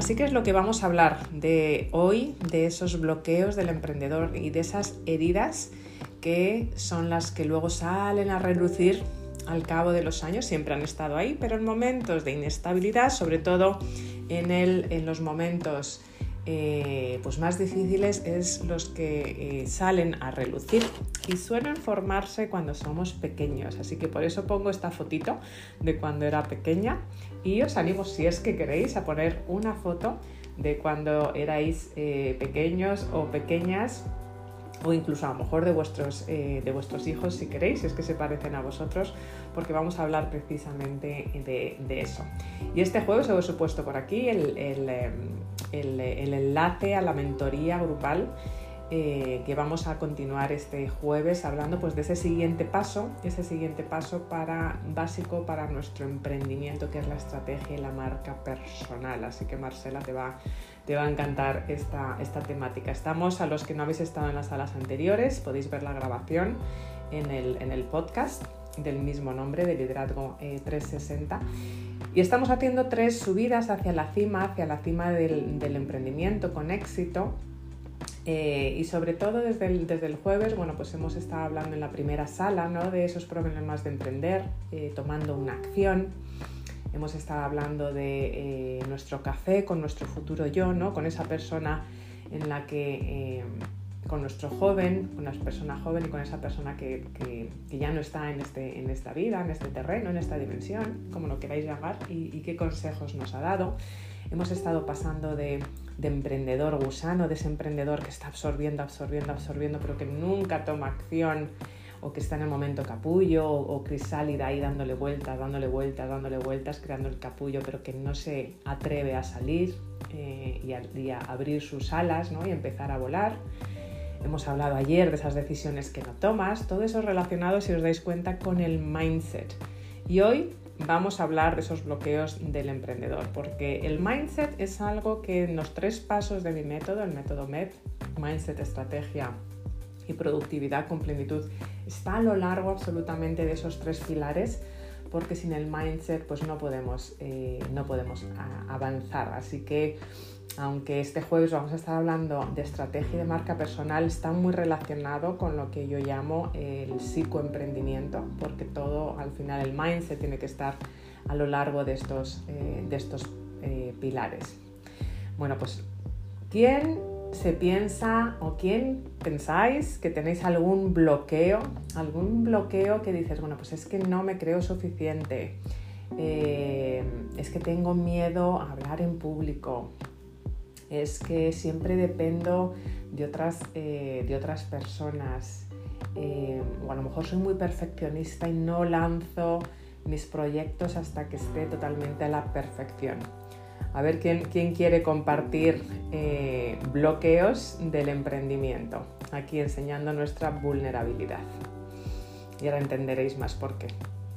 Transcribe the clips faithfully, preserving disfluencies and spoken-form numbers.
Así que es lo que vamos a hablar de hoy, de esos bloqueos del emprendedor y de esas heridas que son las que luego salen a relucir al cabo de los años. Siempre han estado ahí, pero en momentos de inestabilidad, sobre todo en, el, en los momentos eh, pues más difíciles, es los que eh, salen a relucir y suelen formarse cuando somos pequeños. Así que por eso pongo esta fotito de cuando era pequeña y os animo, si es que queréis, a poner una foto de cuando erais eh, pequeños o pequeñas, o incluso a lo mejor de vuestros, eh, de vuestros hijos, si queréis, si es que se parecen a vosotros, porque vamos a hablar precisamente de, de eso. Y este jueves os he puesto por aquí el, el, el, el enlace a la mentoría grupal eh, que vamos a continuar este jueves hablando pues, de ese siguiente paso, ese siguiente paso para, básico para nuestro emprendimiento, que es la estrategia y la marca personal. Así que Marcela, te va Te va a encantar esta, esta temática. Estamos, a los que no habéis estado en las salas anteriores, podéis ver la grabación en el, en el podcast del mismo nombre, de Liderazgo eh, trescientos sesenta. Y estamos haciendo tres subidas hacia la cima, hacia la cima del, del emprendimiento con éxito. Eh, y sobre todo desde el, desde el jueves, bueno, pues hemos estado hablando en la primera sala, ¿no?, de esos problemas de emprender, eh, tomando una acción. Hemos estado hablando de eh, nuestro café con nuestro futuro yo, ¿no?, con esa persona en la que, eh, con nuestro joven, con una persona joven y con esa persona que, que, que ya no está en, este, en esta vida, en este terreno, en esta dimensión, como lo queráis llamar, y, y qué consejos nos ha dado. Hemos estado pasando de, de emprendedor gusano, de ese emprendedor que está absorbiendo, absorbiendo, absorbiendo, pero que nunca toma acción, o que está en el momento capullo, o, o crisálida ahí dándole vueltas, dándole vueltas, dándole vueltas, creando el capullo, pero que no se atreve a salir eh, y, a, y a abrir sus alas, ¿no?, y empezar a volar. Hemos hablado ayer de esas decisiones que no tomas, todo eso relacionado, si os dais cuenta, con el mindset. Y hoy vamos a hablar de esos bloqueos del emprendedor, porque el mindset es algo que en los tres pasos de mi método, el método M E P, Mindset, Estrategia y Productividad con Plenitud, está a lo largo absolutamente de esos tres pilares, porque sin el mindset pues no podemos, eh, no podemos a, avanzar. Así que aunque este jueves vamos a estar hablando de estrategia y de marca personal, está muy relacionado con lo que yo llamo el psicoemprendimiento, porque todo al final el mindset tiene que estar a lo largo de estos, eh, de estos eh, pilares. Bueno, pues ¿quién se piensa o quién pensáis que tenéis algún bloqueo, algún bloqueo que dices, bueno, pues es que no me creo suficiente, eh, es que tengo miedo a hablar en público, es que siempre dependo de otras, eh, de otras personas, eh, o a lo mejor soy muy perfeccionista y no lanzo mis proyectos hasta que esté totalmente a la perfección? A ver quién, quién quiere compartir eh, bloqueos del emprendimiento, aquí enseñando nuestra vulnerabilidad. Y ahora entenderéis más por qué.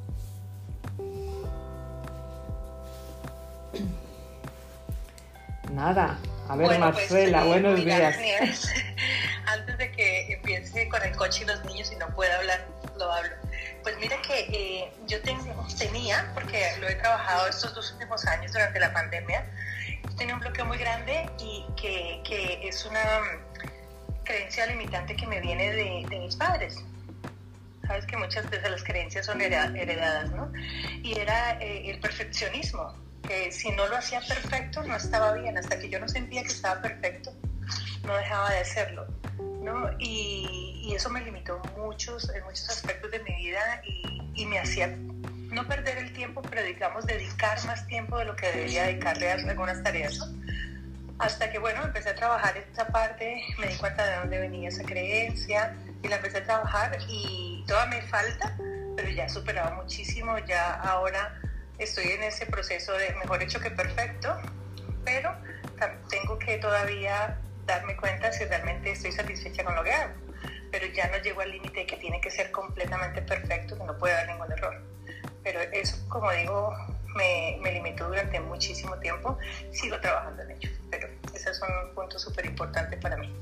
Nada, a ver, bueno, Marcela, pues, buenos días. días. Antes de que empiece con el coche y los niños y no pueda hablar, lo hablo. Pues mira que eh, yo ten, tenía, porque lo he trabajado estos dos últimos años durante la pandemia, tenía un bloqueo muy grande y que, que es una creencia limitante que me viene de, de mis padres. Sabes que muchas veces las creencias son heredadas, ¿no? Y era eh, el perfeccionismo, que si no lo hacía perfecto no estaba bien, hasta que yo no sentía que estaba perfecto, no dejaba de hacerlo, ¿no? Y, y eso me limitó muchos, en muchos aspectos de mi vida y, y me hacía no perder el tiempo, pero digamos dedicar más tiempo de lo que debería dedicarle a algunas tareas, ¿no? Hasta que, bueno, empecé a trabajar esta parte, me di cuenta de dónde venía esa creencia y la empecé a trabajar y todavía me falta, pero ya he superado muchísimo, ya ahora estoy en ese proceso de mejor hecho que perfecto, pero tengo que todavía darme cuenta si realmente estoy satisfecha con lo que hago, pero ya no llego al límite de que tiene que ser completamente perfecto, que no puede haber ningún error. Pero eso, como digo, me, me limitó durante muchísimo tiempo, sigo trabajando en ello, pero ese es un punto súper importante para mí.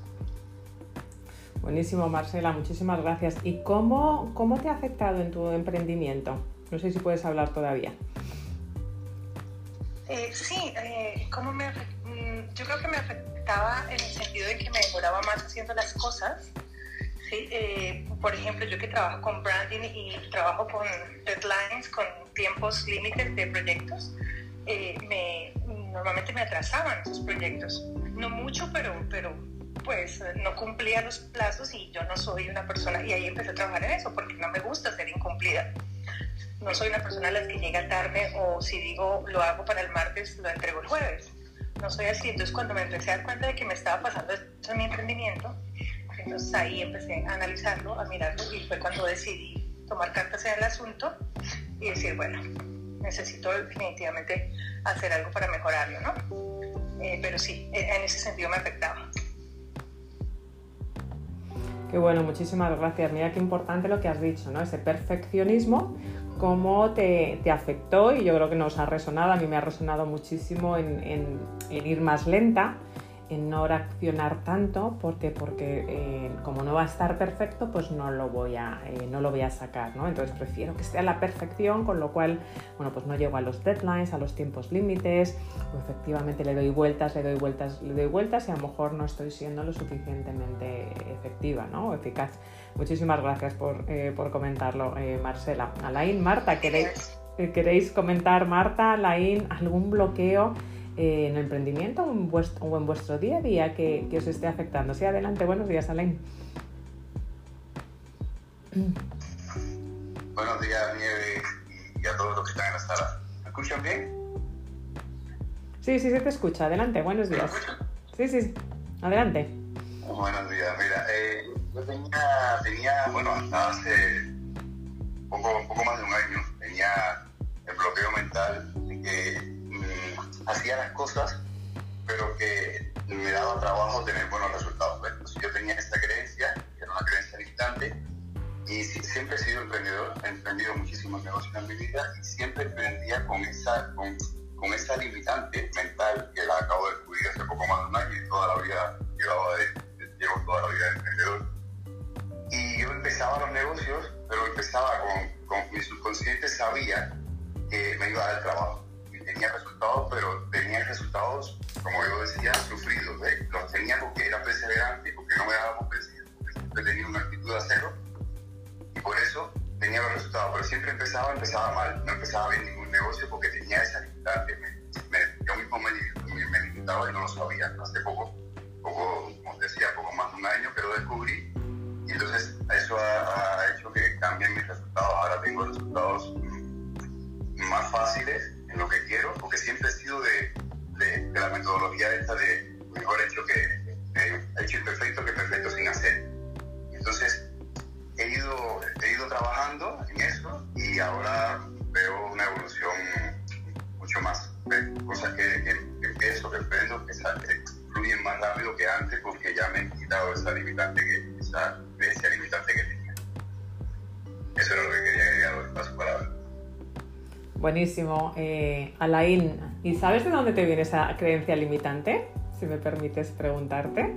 Buenísimo, Marcela, muchísimas gracias. ¿Y cómo, cómo te ha afectado en tu emprendimiento? No sé si puedes hablar todavía. Eh, sí, eh, ¿cómo me afect- yo creo que me afectaba en el sentido de que me demoraba más haciendo las cosas. Sí, eh, por ejemplo, yo que trabajo con branding y trabajo con deadlines, con tiempos límites de proyectos, eh, me, normalmente me atrasaban esos proyectos. No mucho, pero, pero pues no cumplía los plazos y yo no soy una persona, y ahí empecé a trabajar en eso, porque no me gusta ser incumplida. No soy una persona a la que llega tarde, o si digo lo hago para el martes, lo entrego el jueves. No soy así. Entonces, cuando me empecé a dar cuenta de que me estaba pasando esto en mi emprendimiento, entonces ahí empecé a analizarlo, a mirarlo, y fue cuando decidí tomar cartas en el asunto y decir, bueno, necesito definitivamente hacer algo para mejorarlo, ¿no? Eh, pero sí, en ese sentido me afectaba. Qué bueno, muchísimas gracias. Mira qué importante lo que has dicho, ¿no? Ese perfeccionismo, cómo te, te afectó, y yo creo que nos ha resonado, a mí me ha resonado muchísimo en, en, en ir más lenta, en no reaccionar tanto, porque, porque eh, como no va a estar perfecto, pues no lo voy a, eh, no lo voy a sacar, ¿no? Entonces prefiero que esté a la perfección, con lo cual, bueno, pues no llego a los deadlines, a los tiempos límites, o efectivamente le doy vueltas, le doy vueltas, le doy vueltas y a lo mejor no estoy siendo lo suficientemente efectiva, ¿no? O eficaz. Muchísimas gracias por, eh, por comentarlo, eh, Marcela. Alain, Marta, ¿queréis, ¿queréis comentar, Marta, Alain, algún bloqueo en el emprendimiento o en vuestro, o en vuestro día a día que, que os esté afectando? Sí, adelante. Buenos días, Alain. Buenos días, Nieve, y a todos los que están en la sala. ¿Me escuchan bien? Sí, sí, se te escucha. Adelante, buenos días. Sí, sí, adelante. Buenos días. Mira, eh, yo tenía, tenía, bueno, hasta hace poco, poco más de un año, tenía el bloqueo mental de que hacía las cosas, pero que me daba trabajo tener buenos resultados. Entonces yo tenía esta creencia, que era una creencia limitante, y siempre he sido emprendedor, he emprendido muchísimos negocios en mi vida, y siempre emprendía con esa, con, con esa limitante mental que la acabo de descubrir hace poco más de un año, y toda la vida llevaba de, de, llevo toda la vida de emprendedor. Y yo empezaba los negocios, pero empezaba con, con mi subconsciente, sabía que me iba a dar trabajo. Tenía resultados, pero tenía resultados, como yo decía, sufridos, ¿eh? Los tenía porque era perseverante, porque no me daba por vencido, porque siempre tenía una actitud de acero, y por eso tenía los resultados. Pero siempre empezaba, empezaba mal, no empezaba bien ningún negocio porque tenía esa limitante. Me, me, yo mismo me, me, me limitaba y no lo sabía. Hace poco, poco, como decía, poco más de un año que lo descubrí, y entonces eso ha, ha hecho que cambien mis resultados. Ahora tengo resultados más fáciles en lo que quiero, porque siempre he sido de, de, de la metodología esta de mejor hecho que eh, hecho imperfecto que perfecto sin hacer. Entonces he ido, he ido trabajando en eso, y ahora veo una evolución mucho más, ¿ves? Cosas que, que, que empiezo, que emprendo, que, que fluyen más rápido que antes, porque ya me he quitado esa limitante, que, esa creencia limitante que tenía. Eso era lo que quería agregar a su palabra. Buenísimo. Eh, Alain, ¿y sabes de dónde te viene esa creencia limitante? Si me permites preguntarte.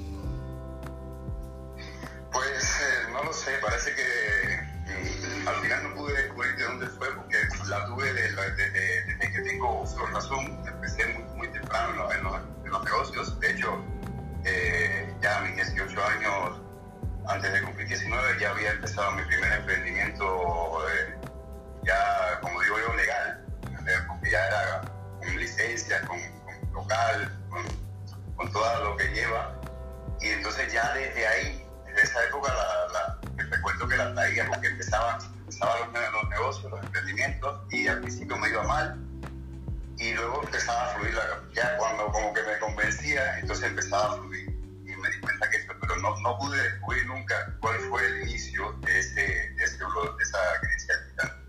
Pues eh, no lo sé, parece que mm, al final no pude descubrir de dónde fue, porque la tuve desde de, de, de, de que tengo uso de razón. Empecé muy, muy temprano en los, en, los, en los negocios. De hecho, eh, ya a mis dieciocho años, antes de cumplir diecinueve, ya había empezado mi primer emprendimiento, eh, ya, como digo yo, legal, porque ya era con licencia, con, con local, con, con todo lo que lleva. Y entonces ya desde ahí, desde esa época, la, la, recuerdo que la traía, porque empezaba, empezaba los, los negocios, los emprendimientos, y al principio me iba mal, y luego empezaba a fluir, la, ya cuando como que me convencía, entonces empezaba a fluir, y me di cuenta que eso, pero no, no pude descubrir nunca cuál fue el inicio de, ese, de, ese, de esa creencia limitante.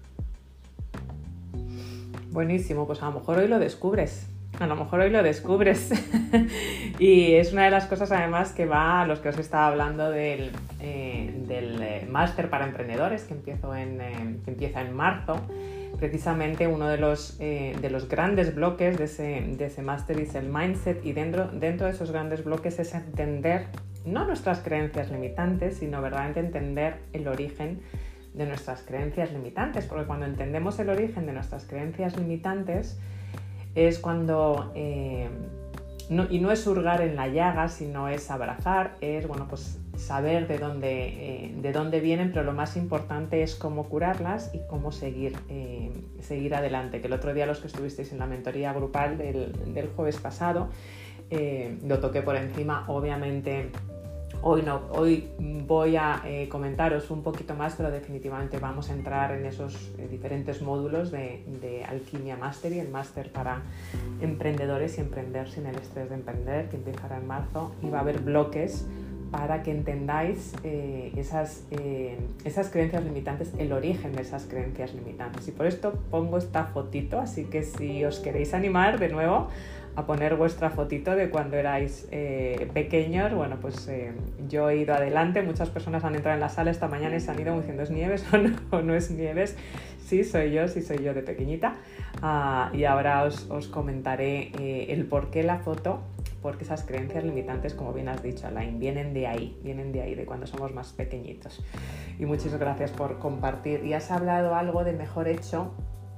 Buenísimo, pues a lo mejor hoy lo descubres. A lo mejor hoy lo descubres. Y es una de las cosas además que va a los que os estaba hablando del, eh, del eh, máster para emprendedores que, empiezo en, eh, que empieza en marzo. Precisamente uno de los, eh, de los grandes bloques de ese, de ese máster es el mindset, y dentro, dentro de esos grandes bloques es entender no nuestras creencias limitantes, sino verdaderamente entender el origen de nuestras creencias limitantes, porque cuando entendemos el origen de nuestras creencias limitantes, es cuando... Eh, no, y no es hurgar en la llaga, sino es abrazar, es bueno, pues saber de dónde, eh, de dónde vienen, pero lo más importante es cómo curarlas y cómo seguir, eh, seguir adelante. Que el otro día los que estuvisteis en la mentoría grupal del, del jueves pasado, eh, lo toqué por encima. Obviamente hoy no, hoy voy a eh, comentaros un poquito más, pero definitivamente vamos a entrar en esos eh, diferentes módulos de, de Alquimia Mastery, el máster para emprendedores y emprender sin el estrés de emprender, que empezará en marzo, y va a haber bloques para que entendáis eh, esas, eh, esas creencias limitantes, el origen de esas creencias limitantes. Y por esto pongo esta fotito, así que si os queréis animar de nuevo a poner vuestra fotito de cuando erais eh, pequeños, bueno, pues eh, yo he ido adelante, muchas personas han entrado en la sala esta mañana y se han ido diciendo ¿es Nieves o no, o no es Nieves? Sí, soy yo, sí soy yo de pequeñita. Uh, y ahora os, os comentaré eh, el por qué la foto, porque esas creencias limitantes, como bien has dicho, Alain, vienen de ahí, vienen de ahí, de cuando somos más pequeñitos. Y muchas gracias por compartir. Y has hablado algo de mejor hecho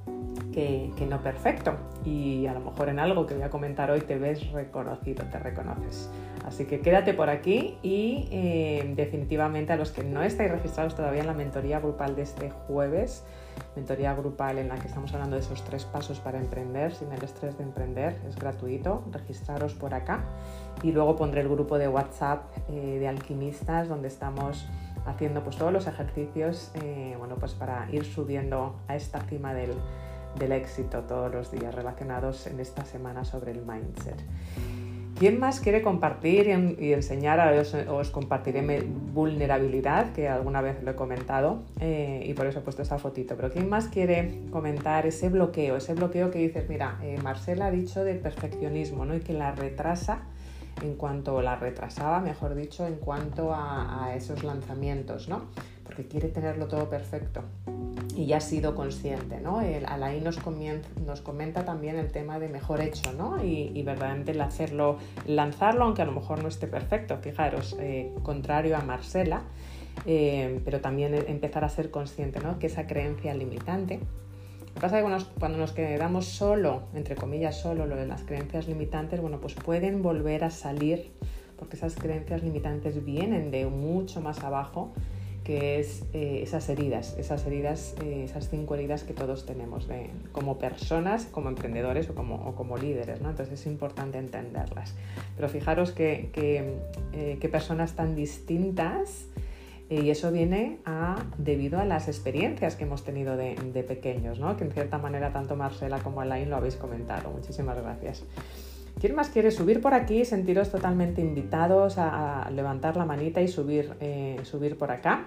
que, que no perfecto. Y a lo mejor en algo que voy a comentar hoy te ves reconocido, te reconoces. Así que quédate por aquí y eh, definitivamente a los que no estáis registrados todavía en la mentoría grupal de este jueves, mentoría grupal en la que estamos hablando de esos tres pasos para emprender sin el estrés de emprender, es gratuito, registraros por acá y luego pondré el grupo de WhatsApp eh, de alquimistas donde estamos haciendo pues todos los ejercicios eh, bueno, pues para ir subiendo a esta cima del, del éxito todos los días relacionados en esta semana sobre el mindset. ¿Quién más quiere compartir y, y enseñar? A os, os compartiré mi vulnerabilidad, que alguna vez lo he comentado eh, y por eso he puesto esta fotito. Pero ¿quién más quiere comentar ese bloqueo? Ese bloqueo que dices, mira, eh, Marcela ha dicho del perfeccionismo, ¿no? Y que la retrasa en cuanto, la retrasaba, mejor dicho, en cuanto a, a esos lanzamientos, ¿no? Porque quiere tenerlo todo perfecto. Y ya ha sido consciente, ¿no? El, Alain nos, comienza, nos comenta también el tema de mejor hecho, ¿no? Y, y verdaderamente el hacerlo, lanzarlo, aunque a lo mejor no esté perfecto, fijaros, eh, contrario a Marcela, eh, pero también empezar a ser consciente, ¿no? Que esa creencia limitante. Lo que pasa es que cuando nos, cuando nos quedamos solo, entre comillas solo, lo de las creencias limitantes, bueno, pues pueden volver a salir, porque esas creencias limitantes vienen de mucho más abajo, que es eh, esas heridas, esas heridas, eh, esas cinco heridas que todos tenemos de, como personas, como emprendedores o como, o como líderes, ¿no? Entonces es importante entenderlas. Pero fijaros que, que, eh, que personas tan distintas eh, y eso viene a, debido a las experiencias que hemos tenido de, de pequeños, ¿no? Que en cierta manera tanto Marcela como Alain lo habéis comentado. Muchísimas gracias. ¿Quién más quiere subir por aquí? Sentiros totalmente invitados a, a levantar la manita y subir, eh, subir por acá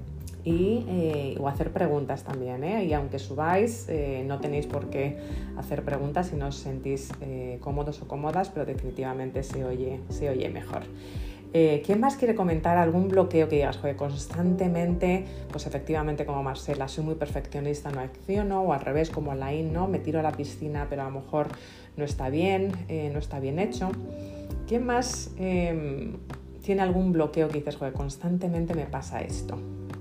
y, eh, o hacer preguntas también, ¿eh? Y aunque subáis, eh, no tenéis por qué hacer preguntas si no os sentís eh, cómodos o cómodas, pero definitivamente se oye, se oye mejor. Eh, ¿Quién más quiere comentar algún bloqueo que digas, joder, constantemente, pues efectivamente como Marcela, soy muy perfeccionista, no acciono, o al revés como Alain, ¿no? Me tiro a la piscina, pero a lo mejor no está bien, eh, no está bien hecho. ¿Quién más eh, tiene algún bloqueo que dices, joder, constantemente me pasa esto?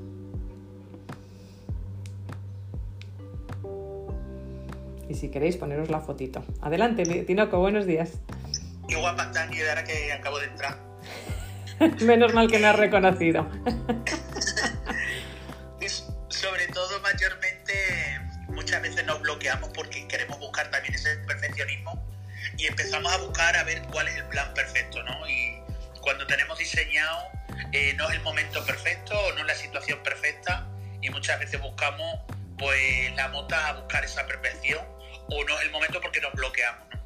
Y si queréis, poneros la fotito. Adelante, Tinoco, buenos días. Qué guapa está, ni de ahora que acabo de entrar. Menos mal que me has reconocido. Sobre todo, mayormente, muchas veces nos bloqueamos porque queremos buscar también ese perfeccionismo y empezamos a buscar a ver cuál es el plan perfecto, ¿no? Y cuando tenemos diseñado, eh, no es el momento perfecto o no es la situación perfecta y muchas veces buscamos pues la mota a buscar esa perfección o no es el momento porque nos bloqueamos, ¿no?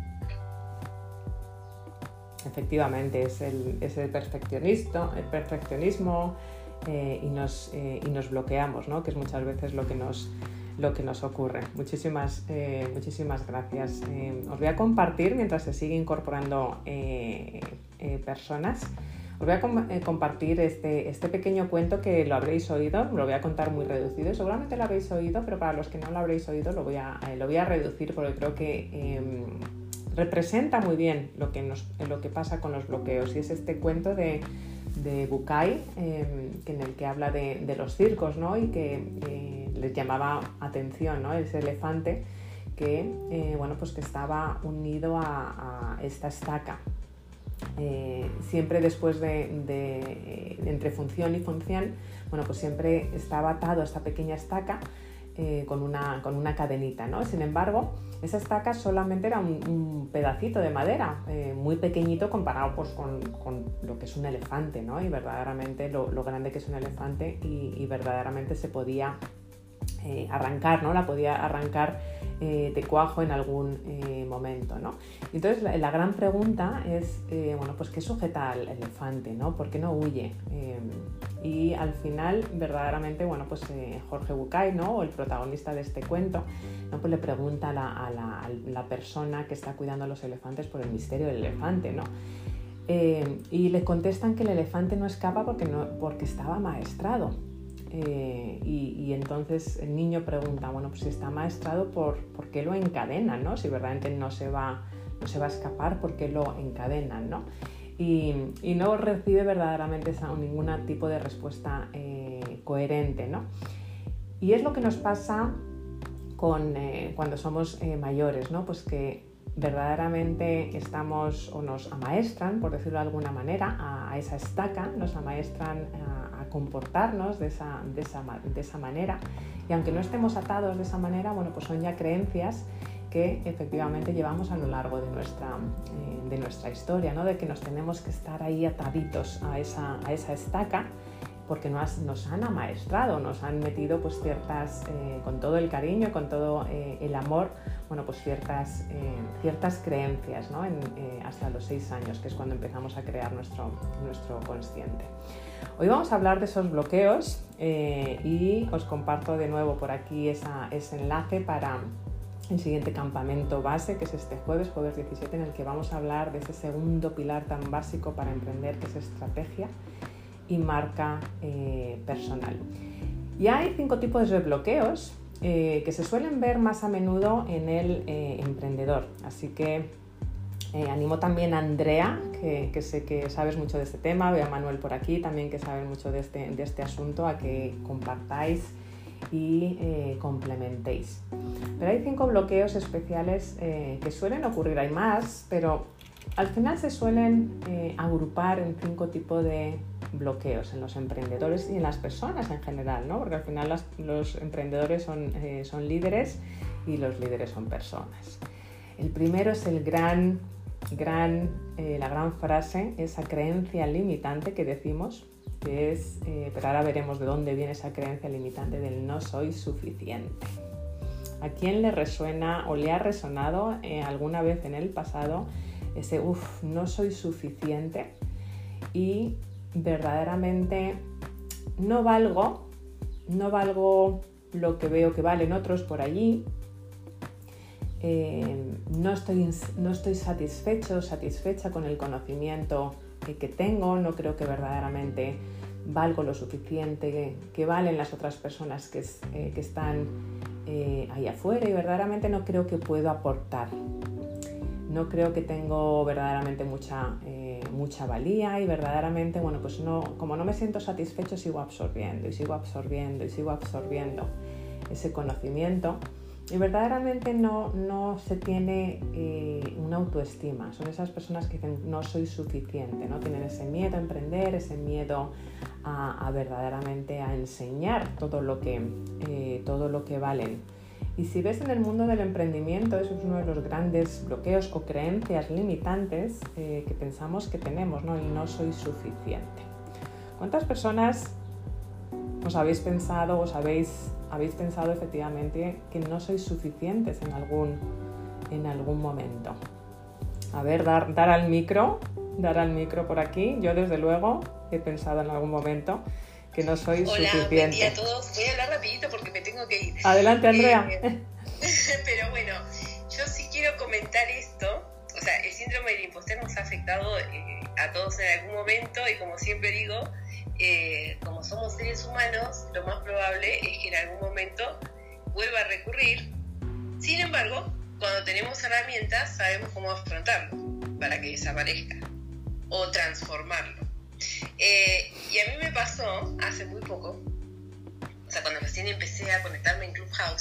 Efectivamente, es el, es el perfeccionismo, el perfeccionismo eh, y, nos, eh, y nos bloqueamos, ¿no? Que es muchas veces lo que nos, lo que nos ocurre. Muchísimas, eh, muchísimas gracias. Eh, os voy a compartir, mientras se sigue incorporando eh, eh, personas, os voy a com- eh, compartir este, este pequeño cuento que lo habréis oído, lo voy a contar muy reducido y seguramente lo habréis oído, pero para los que no lo habréis oído lo voy a, eh, lo voy a reducir porque creo que eh, representa muy bien lo que, nos, lo que pasa con los bloqueos y es este cuento de, de Bucay eh, en el que habla de, de los circos, ¿no? Y que eh, les llamaba atención, ¿no? Ese elefante que, eh, bueno, pues que estaba unido a, a esta estaca. Eh, siempre después de, de, de entre función y función, bueno, pues siempre estaba atado a esta pequeña estaca eh, con, una, con una cadenita, ¿no? Sin embargo, esa estaca solamente era un, un pedacito de madera, eh, muy pequeñito comparado pues, con, con lo que es un elefante, ¿no? Y verdaderamente lo, lo grande que es un elefante y, y verdaderamente se podía eh, arrancar, ¿no? La podía arrancar eh, de cuajo en algún eh, momento, ¿no? Entonces la, la gran pregunta es, eh, bueno, pues ¿qué sujeta al elefante, ¿no? ¿Por qué no huye? Eh, y al final, verdaderamente, bueno, pues eh, Jorge Bucay, ¿no? O el protagonista de este cuento, ¿no? Pues le pregunta a la, a, la, a la persona que está cuidando a los elefantes por el misterio del elefante, ¿no? Eh, y le contestan que el elefante no escapa porque, no, porque estaba amaestrado. Eh, y, y entonces el niño pregunta, bueno, pues si está amaestrado, ¿por, ¿por qué lo encadenan, ¿no? Si verdaderamente no se va, no se va a escapar, ¿por qué lo encadenan, ¿no? Y, y no recibe verdaderamente esa, ningún tipo de respuesta eh, coherente, ¿no? Y es lo que nos pasa con, eh, cuando somos eh, mayores, ¿no? Pues que verdaderamente estamos o nos amaestran, por decirlo de alguna manera, a, a esa estaca, nos amaestran a, a comportarnos de esa, de, esa, de esa manera, y aunque no estemos atados de esa manera, bueno, pues son ya creencias que efectivamente llevamos a lo largo de nuestra, eh, de nuestra historia, ¿no? De que nos tenemos que estar ahí ataditos a esa, a esa estaca porque nos, nos han amaestrado, nos han metido pues ciertas, eh, con todo el cariño, con todo eh, el amor, bueno, pues ciertas, eh, ciertas creencias, ¿no? En, eh, hasta los seis años, que es cuando empezamos a crear nuestro, nuestro consciente. Hoy vamos a hablar de esos bloqueos eh, y os comparto de nuevo por aquí esa, ese enlace para el siguiente campamento base, que es este jueves, jueves diecisiete, en el que vamos a hablar de ese segundo pilar tan básico para emprender, que es estrategia y marca eh, personal. Y hay cinco tipos de bloqueos eh, que se suelen ver más a menudo en el eh, emprendedor. Así que eh, animo también a Andrea, que, que sé que sabes mucho de este tema, veo a Manuel por aquí también, que sabe mucho de este, de este asunto, a que compartáis y eh, complementéis. Pero hay cinco bloqueos especiales eh, que suelen ocurrir, hay más, pero al final se suelen eh, agrupar en cinco tipos de bloqueos en los emprendedores y en las personas en general, ¿no? Porque al final las, los emprendedores son, eh, son líderes y los líderes son personas. El primero es el gran, gran, eh, la gran frase, esa creencia limitante que decimos, que es, eh, pero ahora veremos de dónde viene esa creencia limitante del no soy suficiente. ¿A quién le resuena o le ha resonado eh, alguna vez en el pasado ese uff, no soy suficiente y verdaderamente no valgo, no valgo lo que veo que valen otros por allí, eh, no, estoy, no estoy satisfecho, satisfecha con el conocimiento que, que tengo, no creo que verdaderamente valgo lo suficiente que, que valen las otras personas que, eh, que están eh, ahí afuera, y verdaderamente no creo que puedo aportar. No creo que tengo verdaderamente mucha, eh, mucha valía y verdaderamente, bueno, pues no, como no me siento satisfecho, sigo absorbiendo y sigo absorbiendo y sigo absorbiendo ese conocimiento y verdaderamente no, no se tiene eh, una autoestima. Son esas personas que dicen no soy suficiente, ¿no? Tienen ese miedo a emprender, ese miedo a, a verdaderamente a enseñar todo lo que, eh, todo lo que valen. Y si ves en el mundo del emprendimiento, eso es uno de los grandes bloqueos o creencias limitantes eh, que pensamos que tenemos, ¿no? El no soy suficiente. ¿Cuántas personas os habéis pensado, os habéis, habéis pensado efectivamente que no sois suficientes en algún, en algún momento? A ver, dar, dar al micro, dar al micro por aquí. Yo desde luego he pensado en algún momento que no soy Hola, suficiente. Hola, buen día a todos. Voy a hablar rapidito porque me tengo que ir. Adelante, Andrea. Eh, pero bueno, yo sí quiero comentar esto. O sea, el síndrome del impostor nos ha afectado eh, a todos en algún momento y como siempre digo, eh, como somos seres humanos, lo más probable es que en algún momento vuelva a recurrir. Sin embargo, cuando tenemos herramientas, sabemos cómo afrontarlo para que desaparezca o transformarlo. Eh, y a mí me pasó hace muy poco, o sea, cuando recién empecé a conectarme en Clubhouse,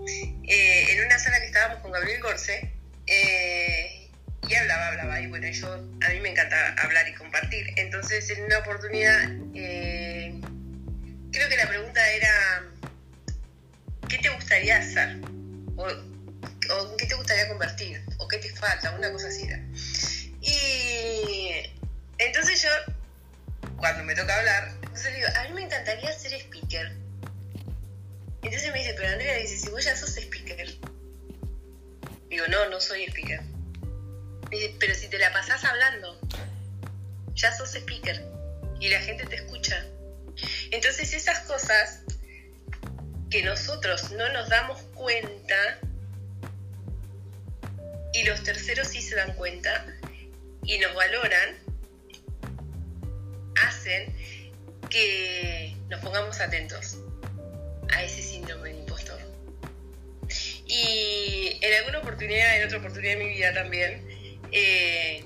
eh, en una sala que estábamos con Gabriel Gorce, eh, y hablaba, hablaba, y bueno, yo, a mí me encanta hablar y compartir. Entonces, en una oportunidad, eh, creo que la pregunta era, ¿qué te gustaría hacer? O, o ¿en qué te gustaría convertir? ¿O qué te falta? Una cosa así era. Y entonces yo, cuando me toca hablar, entonces le digo, a mí me encantaría ser speaker. Entonces me dice, pero Andrea, dice, si vos ya sos speaker. Digo, no, no soy speaker. Me dice, pero si te la pasás hablando, ya sos speaker y la gente te escucha. Entonces esas cosas que nosotros no nos damos cuenta y los terceros sí se dan cuenta y nos valoran, hacen que nos pongamos atentos a ese síndrome de impostor. Y en alguna oportunidad, en otra oportunidad de mi vida también, eh,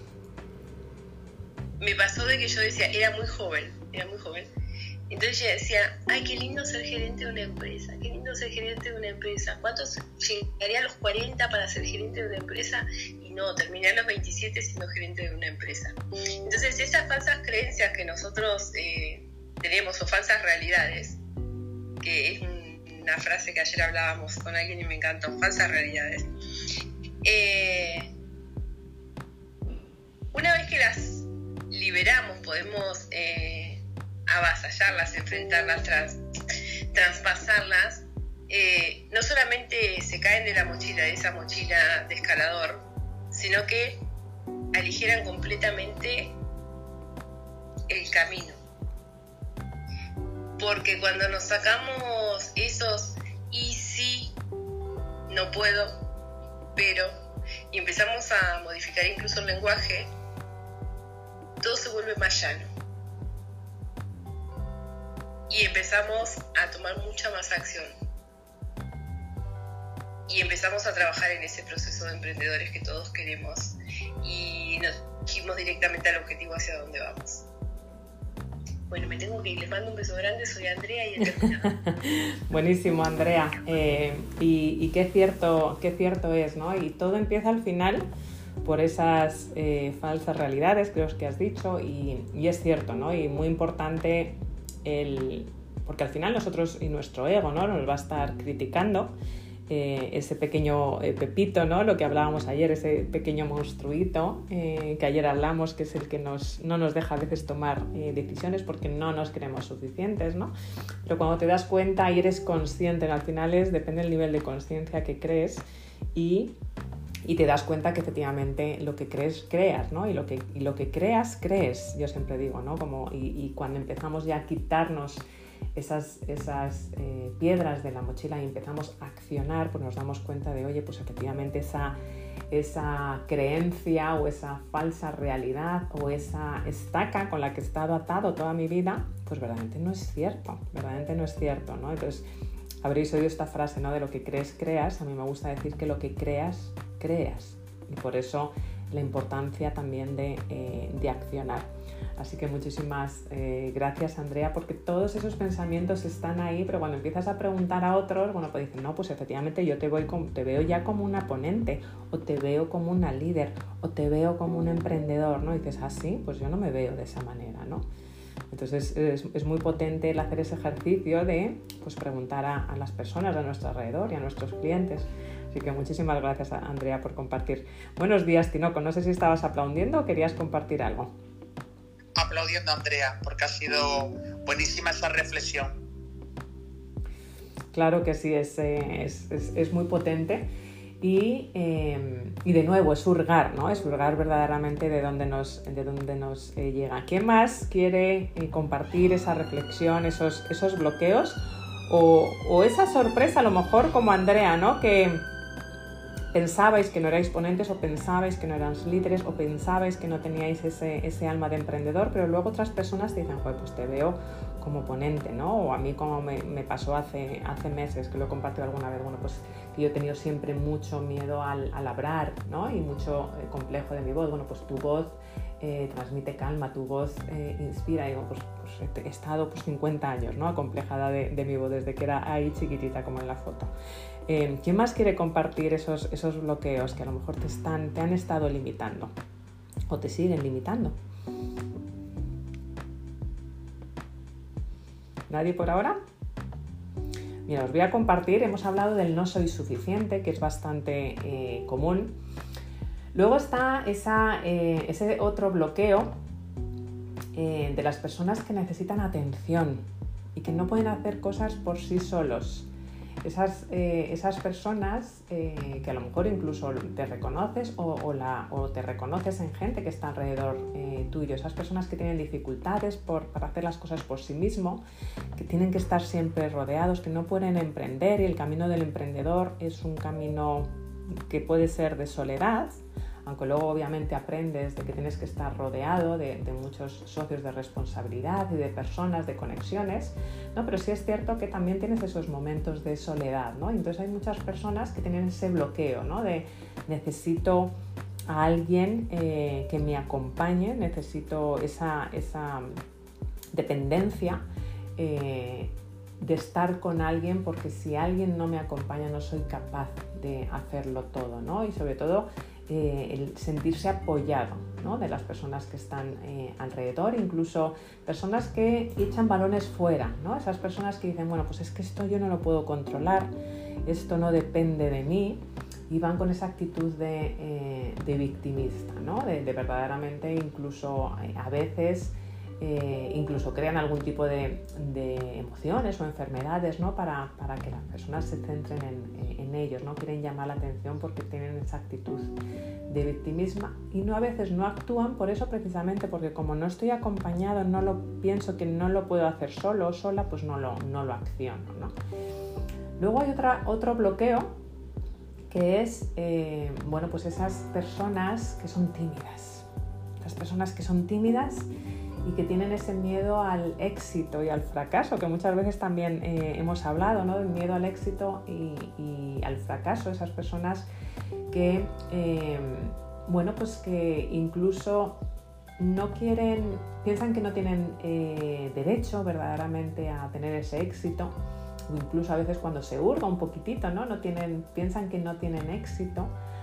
me pasó de que yo decía, era muy joven, era muy joven, entonces yo decía, ay, qué lindo ser gerente de una empresa, qué lindo ser gerente de una empresa, ¿cuántos llegaría a los cuarenta para ser gerente de una empresa? Y no, terminé a los veintisiete siendo gerente de una empresa. Entonces esas falsas creencias que nosotros eh, tenemos, o falsas realidades, que es una frase que ayer hablábamos con alguien y me encantó, falsas realidades, eh, una vez que las liberamos, podemos eh, avasallarlas, enfrentarlas, trans, traspasarlas, eh, no solamente se caen de la mochila, de esa mochila de escalador, sino que aligeran completamente el camino. Porque cuando nos sacamos esos y sí, no puedo, pero, y empezamos a modificar incluso el lenguaje, todo se vuelve más llano. Y empezamos a tomar mucha más acción. Y empezamos a trabajar en ese proceso de emprendedores que todos queremos. Y nos dirigimos directamente al objetivo hacia donde vamos. Bueno, me tengo que ir. Les mando un beso grande. Soy Andrea y he terminado. Buenísimo, Andrea. Eh, y y qué, cierto, qué cierto es, ¿no? Y todo empieza al final por esas eh, falsas realidades, creo que has dicho. Y, y es cierto, ¿no? Y muy importante el... Porque al final nosotros y nuestro ego, ¿no? Nos va a estar criticando. Eh, ese pequeño eh, pepito, ¿no? Lo que hablábamos ayer, ese pequeño monstruito eh, que ayer hablamos, que es el que nos, no nos deja a veces tomar eh, decisiones porque no nos creemos suficientes, ¿no? Pero cuando te das cuenta y eres consciente, al final es, depende del nivel de conciencia que crees y, y te das cuenta que efectivamente lo que crees, creas, ¿no? Y lo que, y lo que creas, crees, yo siempre digo, ¿no? Como, y, y cuando empezamos ya a quitarnos esas, esas eh, piedras de la mochila y empezamos a accionar, pues nos damos cuenta de, oye, pues efectivamente esa, esa creencia o esa falsa realidad o esa estaca con la que he estado atado toda mi vida, pues verdaderamente no es cierto, verdaderamente no es cierto, ¿no? Entonces, habréis oído esta frase, ¿no? De lo que crees, creas. A mí me gusta decir que lo que creas, creas. Y por eso la importancia también de, eh, de accionar. Así que muchísimas eh, gracias, Andrea, porque todos esos pensamientos están ahí, pero cuando empiezas a preguntar a otros, bueno, pues dicen, no, pues efectivamente yo te, voy con, te veo ya como una ponente, o te veo como una líder, o te veo como un emprendedor, ¿no? Y dices, ah, sí, pues yo no me veo de esa manera, ¿no? Entonces es, es muy potente el hacer ese ejercicio de pues, preguntar a, a las personas de nuestro alrededor y a nuestros clientes. Así que muchísimas gracias, Andrea, por compartir. Buenos días, Tinoco. No sé si estabas aplaudiendo o querías compartir algo. Aplaudiendo a Andrea, porque ha sido buenísima esa reflexión. Claro que sí, es, es, es, es muy potente. Y, eh, y de nuevo, es hurgar, ¿no? Es hurgar verdaderamente de dónde nos, de dónde nos eh, llega. ¿Quién más quiere eh, compartir esa reflexión, esos, esos bloqueos? O, o esa sorpresa, a lo mejor como Andrea, ¿no? Que pensabais que no erais ponentes, o pensabais que no erais líderes, o pensabais que no teníais ese, ese alma de emprendedor, pero luego otras personas te dicen, pues te veo como ponente, ¿no? O a mí como me, me pasó hace, hace meses, que lo he compartido alguna vez, bueno, pues que yo he tenido siempre mucho miedo al, al hablar, ¿no? Y mucho eh, complejo de mi voz. Bueno, pues tu voz eh, transmite calma, tu voz eh, inspira. Y digo, pues, pues pues he estado pues, cincuenta años, ¿no? acomplejada de, de mi voz desde que era ahí chiquitita como en la foto. Eh, ¿Quién más quiere compartir esos, esos bloqueos que a lo mejor te, están, te han estado limitando o te siguen limitando? ¿Nadie por ahora? Mira, os voy a compartir, hemos hablado del no soy suficiente, que es bastante eh, común. Luego está esa, eh, ese otro bloqueo eh, de las personas que necesitan atención y que no pueden hacer cosas por sí solos. Esas, eh, esas personas eh, que a lo mejor incluso te reconoces o, o, la, o te reconoces en gente que está alrededor eh, tuyo, esas personas que tienen dificultades por, para hacer las cosas por sí mismo, que tienen que estar siempre rodeados, que no pueden emprender, y el camino del emprendedor es un camino que puede ser de soledad, aunque luego obviamente aprendes de que tienes que estar rodeado de, de muchos socios de responsabilidad y de personas, de conexiones, ¿no? Pero sí es cierto que también tienes esos momentos de soledad, ¿no? Entonces hay muchas personas que tienen ese bloqueo, ¿no? De necesito a alguien eh, que me acompañe, necesito esa, esa dependencia eh, de estar con alguien, porque si alguien no me acompaña no soy capaz de hacerlo todo, ¿no? Y sobre todo Eh, el sentirse apoyado, ¿no? de las personas que están eh, alrededor, incluso personas que echan balones fuera, ¿no? Esas personas que dicen, bueno, pues es que esto yo no lo puedo controlar, esto no depende de mí, y van con esa actitud de, eh, de victimista, ¿no? de, de verdaderamente incluso eh, a veces eh, incluso crean algún tipo de, de emociones o enfermedades, ¿no? para, para que las personas se centren en, en ellos, no quieren llamar la atención porque tienen esa actitud de victimismo y no a veces no actúan por eso, precisamente porque como no estoy acompañado, no lo pienso que no lo puedo hacer solo o sola, pues no lo, no lo acciono, ¿no? Luego hay otra, otro bloqueo que es eh, bueno, pues esas personas que son tímidas, esas personas que son tímidas y que tienen ese miedo al éxito y al fracaso, que muchas veces también eh, hemos hablado, ¿no? Del miedo al éxito y, y al fracaso, esas personas que, eh, bueno, pues que incluso no quieren, piensan que no tienen eh, derecho verdaderamente a tener ese éxito, o incluso a veces cuando se hurga un poquitito, ¿no? No tienen, piensan que no tienen éxito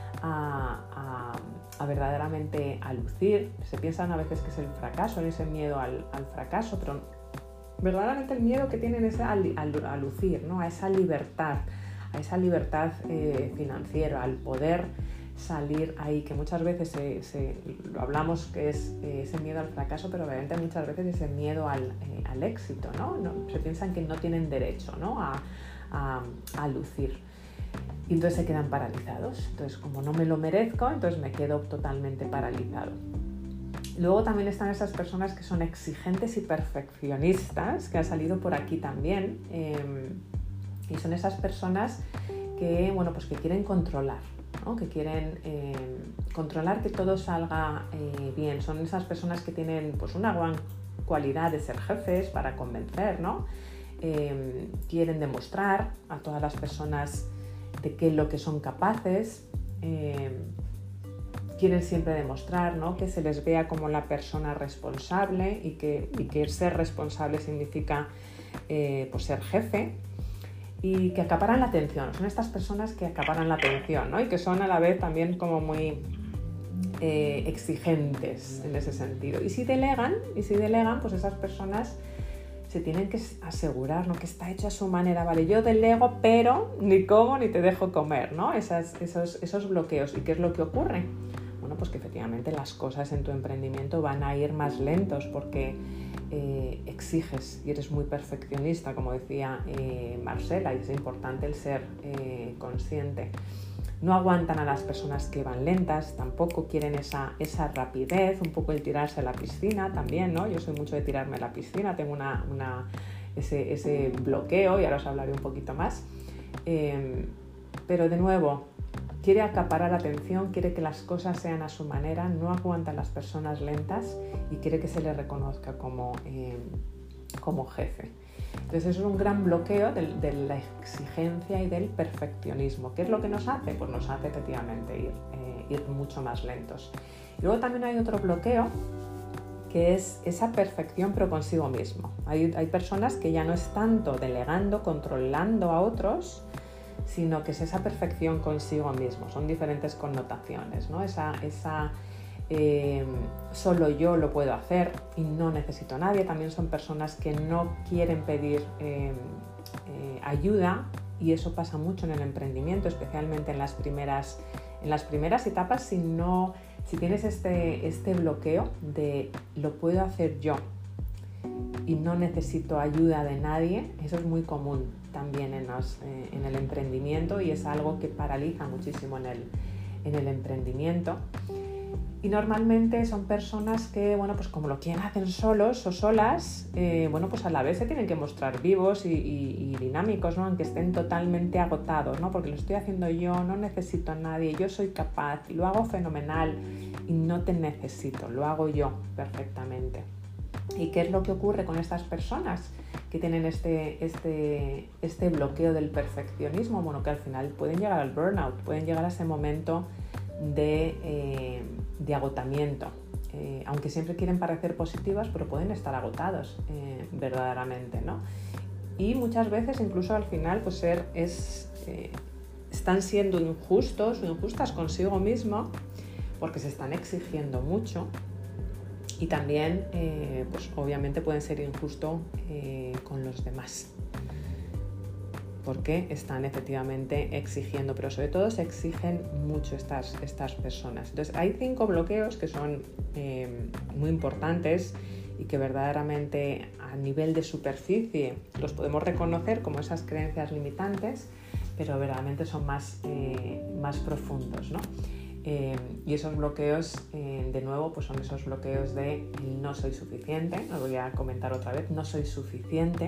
a, a, a verdaderamente a lucir. Se piensan a veces que es el fracaso, ese miedo al, al fracaso, pero verdaderamente el miedo que tienen es a, a, a lucir, ¿no? A esa libertad, a esa libertad eh, financiera, al poder salir ahí, que muchas veces se, se, lo hablamos que es eh, ese miedo al fracaso, pero obviamente muchas veces ese miedo al, eh, al éxito, ¿no? No, se piensan que no tienen derecho, ¿no? a, a, a lucir. Y entonces se quedan paralizados. Entonces, como no me lo merezco, entonces me quedo totalmente paralizado. Luego también están esas personas que son exigentes y perfeccionistas, que han salido por aquí también, eh, y son esas personas que, bueno, pues que quieren controlar, ¿no? Que quieren eh, controlar que todo salga eh, bien. Son esas personas que tienen pues una gran cualidad de ser jefes para convencer, ¿no? Eh, quieren demostrar a todas las personas de qué es lo que son capaces, eh, quieren siempre demostrar, ¿no? Que se les vea como la persona responsable y que, y que ser responsable significa eh, pues ser jefe, y que acaparan la atención. Son estas personas que acaparan la atención, ¿no? Y que son a la vez también como muy eh, exigentes en ese sentido. Y si delegan, y si delegan, pues esas personas se tienen que asegurar, ¿no? Que está hecho a su manera. Vale, yo delego, pero ni como ni te dejo comer, ¿no? Esas, esos, esos bloqueos. ¿Y qué es lo que ocurre? Bueno, pues que efectivamente las cosas en tu emprendimiento van a ir más lentos porque eh, exiges y eres muy perfeccionista, como decía eh, Marcela, y es importante el ser eh, consciente. No aguantan a las personas que van lentas, tampoco quieren esa, esa rapidez, un poco el tirarse a la piscina también, ¿no? Yo soy mucho de tirarme a la piscina, tengo una, una, ese, ese bloqueo y ahora os hablaré un poquito más. Eh, pero de nuevo, quiere acaparar la atención, quiere que las cosas sean a su manera, no aguanta a las personas lentas y quiere que se le reconozca como, eh, como jefe. Entonces eso es un gran bloqueo de, de la exigencia y del perfeccionismo. ¿Qué es lo que nos hace? Pues nos hace efectivamente ir, eh, ir mucho más lentos. Y luego también hay otro bloqueo que es esa perfección pero consigo mismo. Hay, hay personas que ya no es tanto delegando, controlando a otros, sino que es esa perfección consigo mismo. Son diferentes connotaciones, ¿no? Esa, esa eh, solo yo lo puedo hacer y no necesito a nadie. También son personas que no quieren pedir eh, eh, ayuda, y eso pasa mucho en el emprendimiento, especialmente en las primeras, en las primeras etapas. Si, no, si tienes este, este bloqueo de lo puedo hacer yo y no necesito ayuda de nadie, eso es muy común también en, los, eh, en el emprendimiento, y es algo que paraliza muchísimo en el, en el emprendimiento. Y normalmente son personas que, bueno, pues como lo quieren hacer solos o solas, eh, bueno, pues a la vez se tienen que mostrar vivos y, y, y dinámicos, ¿no? Aunque estén totalmente agotados, ¿no? Porque lo estoy haciendo yo, no necesito a nadie, yo soy capaz y lo hago fenomenal y no te necesito, lo hago yo perfectamente. ¿Y qué es lo que ocurre con estas personas que tienen este, este, este bloqueo del perfeccionismo? Bueno, que al final pueden llegar al burnout, pueden llegar a ese momento de, eh, de agotamiento. Eh, aunque siempre quieren parecer positivas, pero pueden estar agotados eh, verdaderamente, ¿no? Y muchas veces incluso al final pues ser, es, eh, están siendo injustos o injustas consigo mismo porque se están exigiendo mucho. Y también, eh, pues obviamente pueden ser injustos eh, con los demás, porque están efectivamente exigiendo, pero sobre todo se exigen mucho estas, estas personas. Entonces hay cinco bloqueos que son eh, muy importantes y que verdaderamente a nivel de superficie los podemos reconocer como esas creencias limitantes, pero verdaderamente son más, eh, más profundos, ¿no? Eh, y esos bloqueos, eh, de nuevo, pues son esos bloqueos de no soy suficiente, lo voy a comentar otra vez, no soy suficiente,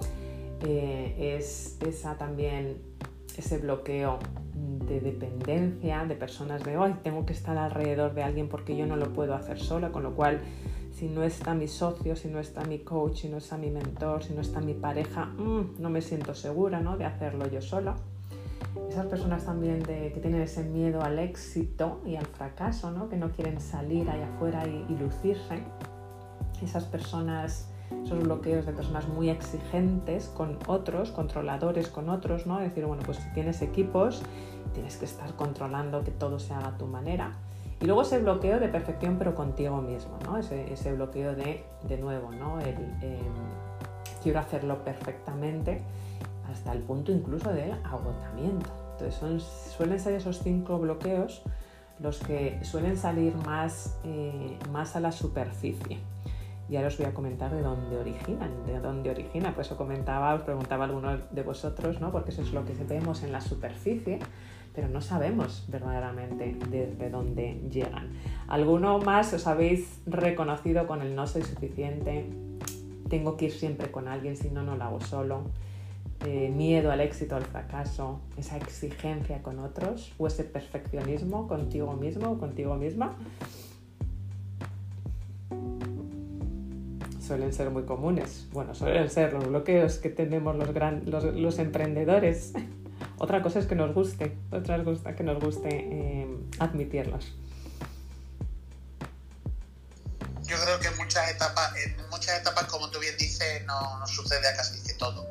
eh, es esa también, ese bloqueo de dependencia de personas de hoy, tengo que estar alrededor de alguien porque yo no lo puedo hacer sola, con lo cual si no está mi socio, si no está mi coach, si no está mi mentor, si no está mi pareja, mmm, no me siento segura, ¿no?, de hacerlo yo sola. Esas personas también de, que tienen ese miedo al éxito y al fracaso, ¿no?, que no quieren salir allá afuera y, y lucirse. Esas personas, esos bloqueos de personas muy exigentes con otros, controladores con otros, ¿no? Es decir, bueno, pues si tienes equipos, tienes que estar controlando que todo se haga a tu manera. Y luego ese bloqueo de perfección pero contigo mismo, ¿no? Ese, ese bloqueo de, de nuevo, ¿no? El, eh, quiero hacerlo perfectamente, hasta el punto incluso del agotamiento. Entonces son, suelen ser esos cinco bloqueos los que suelen salir más, eh, más a la superficie. Y ahora os voy a comentar de dónde originan, de dónde origina. Pues os comentaba, os preguntaba a algunos de vosotros, ¿no?, porque eso es lo que vemos en la superficie, pero no sabemos verdaderamente desde dónde llegan. ¿Alguno más os habéis reconocido con el no soy suficiente? Tengo que ir siempre con alguien, si no, no lo hago solo. Eh, miedo al éxito, al fracaso, esa exigencia con otros, o ese perfeccionismo contigo mismo o contigo misma. Suelen ser muy comunes. Bueno, suelen ser los bloqueos que tenemos los, gran, los, los emprendedores. Otra cosa es que nos guste, otra cosa que nos guste eh, admitirlos. Yo creo que en muchas etapas, en muchas etapas, como tú bien dices, no, no sucede a casi de todo.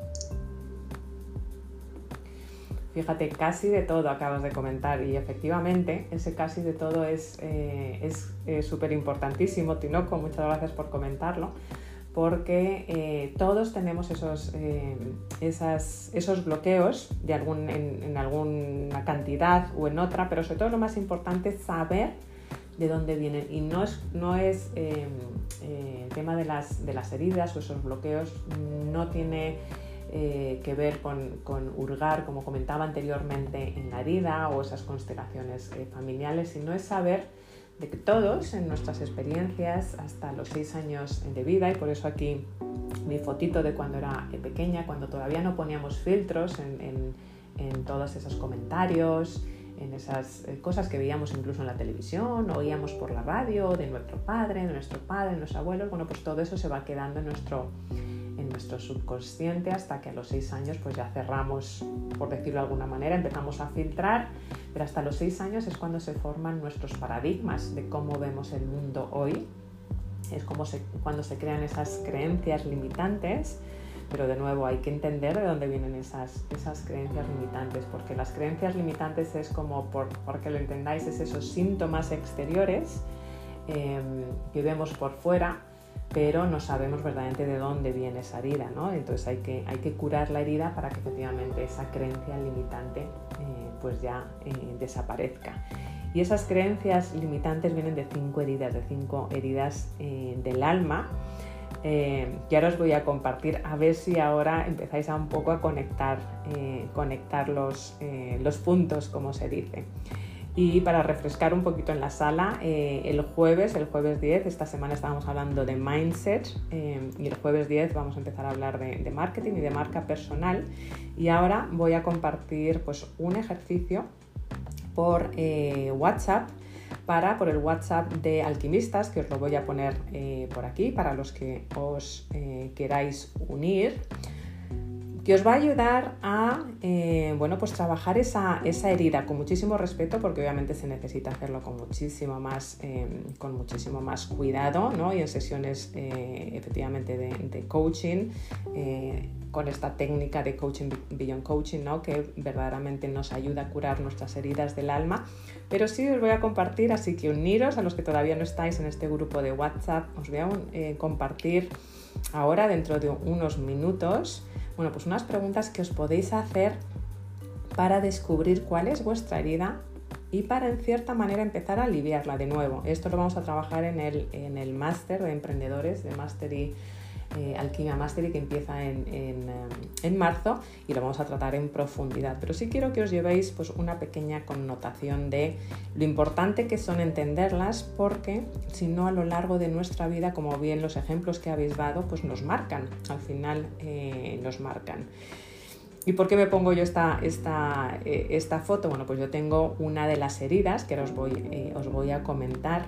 Fíjate, casi de todo acabas de comentar, y efectivamente ese casi de todo es eh, es eh, súper importantísimo, Tinoco, muchas gracias por comentarlo, porque eh, todos tenemos esos, eh, esas, esos bloqueos de algún, en, en alguna cantidad o en otra, pero sobre todo lo más importante es saber de dónde vienen, y no es, no es eh, eh, el tema de las, de las heridas o esos bloqueos, no tiene Eh, que ver con, con hurgar, como comentaba anteriormente, en la herida o esas constelaciones eh, familiares, sino es saber de que todos en nuestras experiencias hasta los seis años de vida, y por eso aquí mi fotito de cuando era pequeña, cuando todavía no poníamos filtros en, en, en todos esos comentarios, en esas cosas que veíamos incluso en la televisión, oíamos por la radio de nuestro padre, de nuestro padre, de nuestros abuelos, bueno, pues todo eso se va quedando en nuestro en nuestro subconsciente hasta que a los seis años pues ya cerramos, por decirlo de alguna manera, empezamos a filtrar, pero hasta los seis años es cuando se forman nuestros paradigmas de cómo vemos el mundo hoy, es como se, cuando se crean esas creencias limitantes. Pero de nuevo hay que entender de dónde vienen esas, esas creencias limitantes, porque las creencias limitantes es como, por, porque lo entendáis, es esos síntomas exteriores eh, que vemos por fuera, pero no sabemos verdaderamente de dónde viene esa herida, ¿no? Entonces hay que, hay que curar la herida para que efectivamente esa creencia limitante eh, pues ya eh, desaparezca. Y esas creencias limitantes vienen de cinco heridas, de cinco heridas eh, del alma, Eh, que ahora os voy a compartir, a ver si ahora empezáis a un poco a conectar, eh, conectar los, eh, los puntos, como se dice. Y para refrescar un poquito en la sala, eh, el jueves, el jueves diez, esta semana estábamos hablando de mindset eh, y el jueves diez vamos a empezar a hablar de, de marketing y de marca personal. Y ahora voy a compartir pues, un ejercicio por eh, WhatsApp, para por el WhatsApp de Alquimistas, que os lo voy a poner eh, por aquí para los que os eh, queráis unir, que os va a ayudar a eh, bueno, pues trabajar esa, esa herida con muchísimo respeto, porque obviamente se necesita hacerlo con muchísimo más, eh, con muchísimo más cuidado, ¿no? Y en sesiones eh, efectivamente de, de coaching, eh, con esta técnica de coaching beyond coaching, ¿no? Que verdaderamente nos ayuda a curar nuestras heridas del alma. Pero sí os voy a compartir, así que uniros a los que todavía no estáis en este grupo de WhatsApp, os voy a eh, compartir ahora, dentro de unos minutos, bueno, pues unas preguntas que os podéis hacer para descubrir cuál es vuestra herida y para, en cierta manera, empezar a aliviarla de nuevo. Esto lo vamos a trabajar en el, en el máster de emprendedores, de Mastery, eh, Alquimia Mastery, que empieza en, en, en marzo, y lo vamos a tratar en profundidad. Pero sí quiero que os llevéis pues, una pequeña connotación de lo importante que son entenderlas, porque si no, a lo largo de nuestra vida, como bien los ejemplos que habéis dado, pues nos marcan, al final eh, nos marcan. ¿Y por qué me pongo yo esta, esta, eh, esta foto? Bueno, pues yo tengo una de las heridas que ahora os voy, eh, os voy a comentar,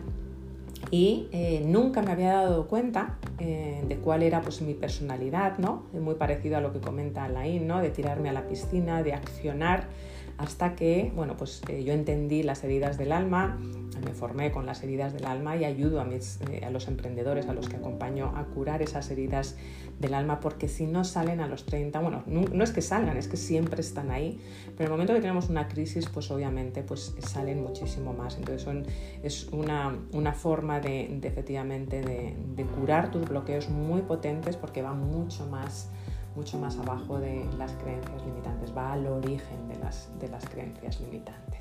y eh, nunca me había dado cuenta eh, de cuál era pues, mi personalidad, ¿no? Muy parecido a lo que comenta Alain, ¿no? De tirarme a la piscina, de accionar, hasta que bueno, pues, eh, yo entendí las heridas del alma, me formé con las heridas del alma y ayudo a, mis, eh, a los emprendedores, a los que acompaño, a curar esas heridas del alma, porque si no salen a los treinta, bueno, no, no es que salgan, es que siempre están ahí, pero en el momento que tenemos una crisis, pues obviamente pues, salen muchísimo más. Entonces son, es una, una forma de, de efectivamente de, de curar tus bloqueos muy potentes, porque va mucho más mucho más abajo de las creencias limitantes, va al origen de las, de las creencias limitantes.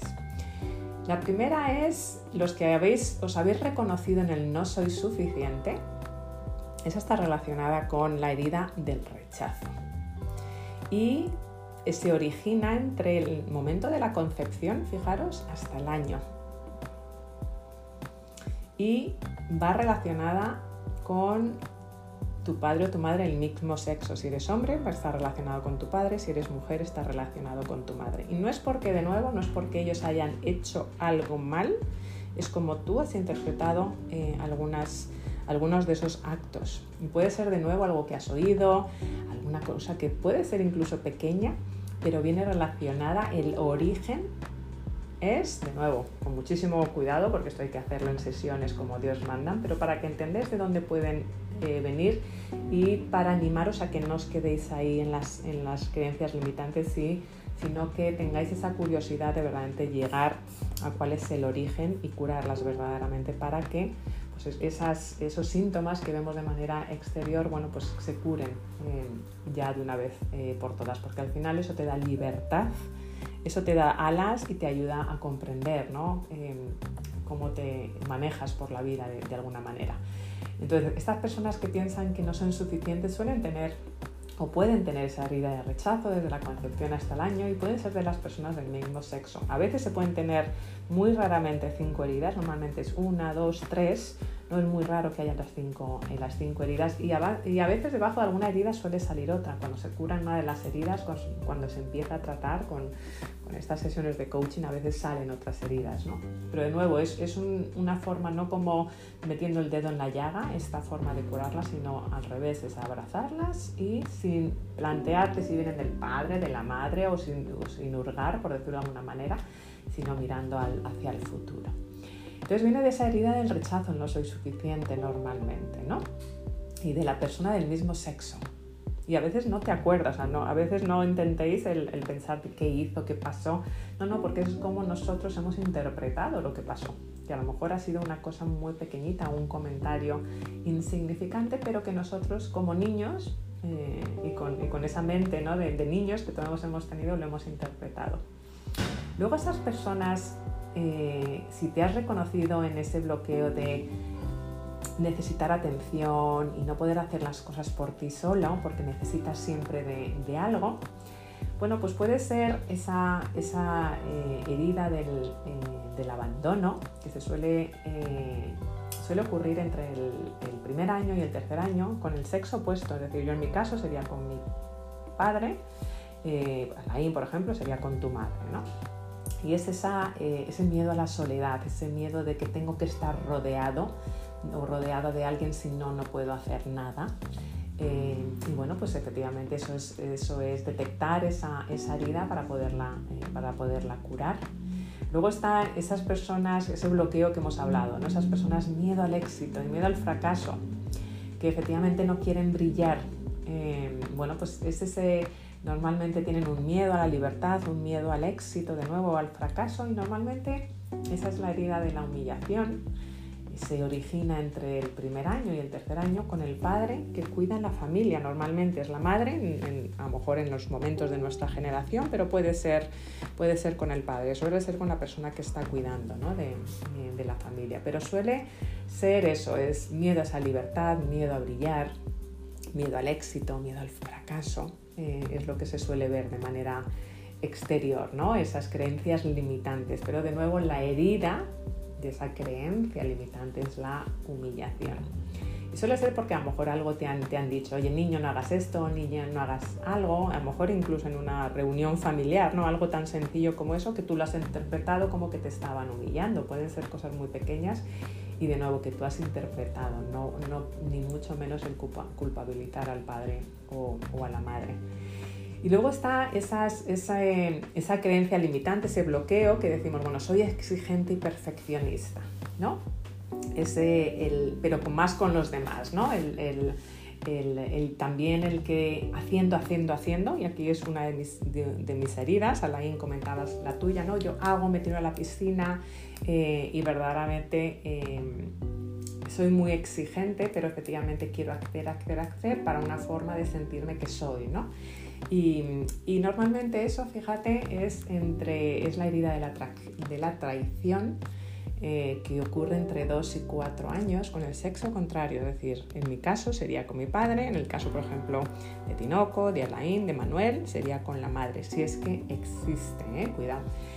La primera es, los que habéis, os habéis reconocido en el no soy suficiente, esa está relacionada con la herida del rechazo y se origina entre el momento de la concepción, fijaros, hasta el año, y va relacionada con tu padre o tu madre, el mismo sexo. Si eres hombre, va a estar relacionado con tu padre, si eres mujer, está relacionado con tu madre. Y no es porque, de nuevo, no es porque ellos hayan hecho algo mal, es como tú has interpretado eh, algunas, algunos de esos actos. Y puede ser, de nuevo, algo que has oído, alguna cosa que puede ser incluso pequeña, pero viene relacionada, el origen es, de nuevo, con muchísimo cuidado, porque esto hay que hacerlo en sesiones como Dios manda, pero para que entendáis de dónde pueden eh, venir y para animaros a que no os quedéis ahí en las, en las creencias limitantes, sí, sino que tengáis esa curiosidad de verdaderamente llegar a cuál es el origen y curarlas verdaderamente, para que pues, esas, esos síntomas que vemos de manera exterior, bueno, pues se curen eh, ya de una vez eh, por todas, porque al final eso te da libertad. Eso te da alas y te ayuda a comprender, ¿no? eh, cómo te manejas por la vida de, de alguna manera. Entonces, estas personas que piensan que no son suficientes suelen tener o pueden tener esa herida de rechazo desde la concepción hasta el año, y pueden ser de las personas del mismo sexo. A veces se pueden tener muy raramente cinco heridas, normalmente es una, dos, tres. No es muy raro que haya las cinco, eh, las cinco heridas, y a, y a veces debajo de alguna herida suele salir otra. Cuando se curan una de las heridas, cuando, cuando se empieza a tratar con, con estas sesiones de coaching, a veces salen otras heridas, ¿no? Pero de nuevo, es, es un, una forma no como metiendo el dedo en la llaga, esta forma de curarlas, sino al revés, es abrazarlas y sin plantearte si vienen del padre, de la madre, o sin, o sin hurgar, por decirlo de alguna manera, sino mirando al, hacia el futuro. Entonces viene de esa herida del rechazo, no soy suficiente normalmente, ¿no? Y de la persona del mismo sexo. Y a veces no te acuerdas, ¿no? A veces no intentéis el, el pensar qué hizo, qué pasó. No, no, porque es como nosotros hemos interpretado lo que pasó. Que a lo mejor ha sido una cosa muy pequeñita, un comentario insignificante, pero que nosotros como niños eh, y, con, y con esa mente, ¿no? de, de niños que todos hemos tenido, lo hemos interpretado. Luego esas personas, eh, si te has reconocido en ese bloqueo de necesitar atención y no poder hacer las cosas por ti solo, porque necesitas siempre de, de algo, bueno, pues puede ser esa, esa eh, herida del, eh, del abandono que se suele, eh, suele ocurrir entre el, el primer año y el tercer año con el sexo opuesto. Es decir, yo en mi caso sería con mi padre, eh, Alain, por ejemplo, sería con tu madre, ¿no? Y es esa, eh, ese miedo a la soledad, ese miedo de que tengo que estar rodeado o rodeado de alguien, si no, no puedo hacer nada. Eh, y bueno, pues efectivamente eso es, eso es detectar esa, esa herida para poderla, eh, para poderla curar. Luego están esas personas, ese bloqueo que hemos hablado, ¿no? Esas personas miedo al éxito y miedo al fracaso, que efectivamente no quieren brillar. Eh, bueno, pues es ese, normalmente tienen un miedo a la libertad, un miedo al éxito, de nuevo al fracaso, y normalmente esa es la herida de la humillación. Se origina entre el primer año y el tercer año con el padre que cuida en la familia. Normalmente es la madre, en, en, a lo mejor en los momentos de nuestra generación, pero puede ser, puede ser con el padre, suele ser con la persona que está cuidando, ¿no? de, de la familia. Pero suele ser eso, es miedo a esa libertad, miedo a brillar, miedo al éxito, miedo al fracaso, eh, es lo que se suele ver de manera exterior, ¿no? Esas creencias limitantes. Pero de nuevo la herida de esa creencia limitante es la humillación. Y suele ser porque a lo mejor algo te han, te han dicho, oye, niño, no hagas esto, niña, no hagas algo, a lo mejor incluso en una reunión familiar, ¿no? Algo tan sencillo como eso, que tú lo has interpretado como que te estaban humillando. Pueden ser cosas muy pequeñas y de nuevo que tú has interpretado, no, no, ni mucho menos el culpa, culpabilizar al padre o, o a la madre. Y luego está esas, esa, eh, esa creencia limitante, ese bloqueo que decimos, bueno, soy exigente y perfeccionista, ¿no? Ese, el, pero con, más con los demás, ¿no? El, el, el, el, también el que haciendo, haciendo, haciendo, y aquí es una de mis, de, de mis heridas, Alain, comentabas la tuya, ¿no? Yo hago, me tiro a la piscina eh, y verdaderamente eh, soy muy exigente, pero efectivamente quiero hacer, hacer, hacer para una forma de sentirme que soy, ¿no? Y, y normalmente eso, fíjate, es, entre, es la herida de la, tra de la traición eh, que ocurre entre dos y cuatro años con el sexo contrario. Es decir, en mi caso sería con mi padre, en el caso, por ejemplo, de Tinoco, de Alain, de Manuel, sería con la madre, si es que existe, ¿eh? Cuidado.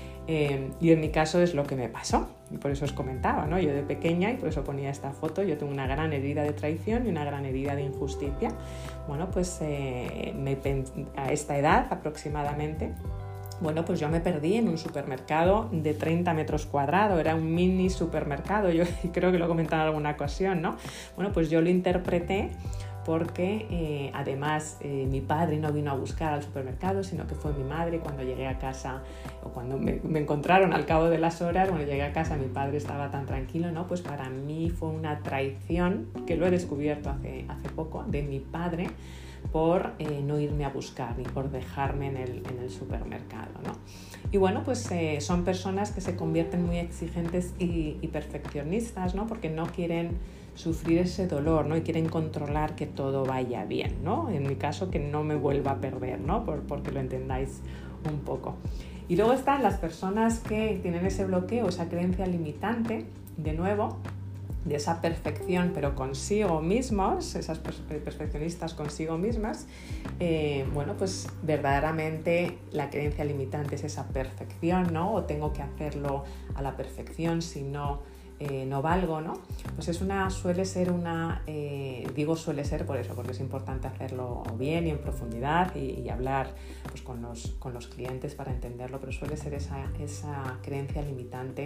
Eh, y en mi caso es lo que me pasó, y por eso os comentaba, ¿no? Yo de pequeña, y por eso ponía esta foto, yo tengo una gran herida de traición y una gran herida de injusticia. Bueno, pues eh, me, a esta edad aproximadamente, bueno, pues yo me perdí en un supermercado de treinta metros cuadrados, era un mini supermercado, yo creo que lo he comentado en alguna ocasión, ¿no? Bueno, pues yo lo interpreté porque eh, además eh, mi padre no vino a buscar al supermercado, sino que fue mi madre. Cuando llegué a casa, o cuando me, me encontraron al cabo de las horas, cuando llegué a casa mi padre estaba tan tranquilo, ¿no? Pues para mí fue una traición, que lo he descubierto hace, hace poco, de mi padre, por eh, no irme a buscar ni por dejarme en el, en el supermercado, ¿no? Y bueno, pues eh, son personas que se convierten muy exigentes y, y perfeccionistas, ¿no? Porque no quieren sufrir ese dolor, ¿no? Y quieren controlar que todo vaya bien, ¿no? En mi caso, que no me vuelva a perder, ¿no? Por, porque lo entendáis un poco. Y luego están las personas que tienen ese bloqueo, esa creencia limitante, de nuevo, de esa perfección, pero consigo mismos, esas perfeccionistas consigo mismas. Eh, bueno, pues verdaderamente la creencia limitante es esa perfección, ¿no? O tengo que hacerlo a la perfección, si no Eh, no valgo, ¿no? Pues es una, suele ser una, eh, digo suele ser por eso, porque es importante hacerlo bien y en profundidad y, y hablar pues, con, los, con los clientes para entenderlo, pero suele ser esa, esa creencia limitante,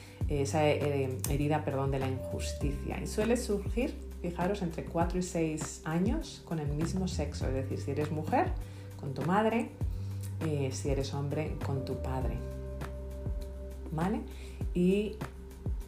esa eh, herida, perdón, de la injusticia, y suele surgir, fijaros, entre cuatro y seis años con el mismo sexo, es decir, si eres mujer, con tu madre, eh, si eres hombre, con tu padre, ¿vale? Y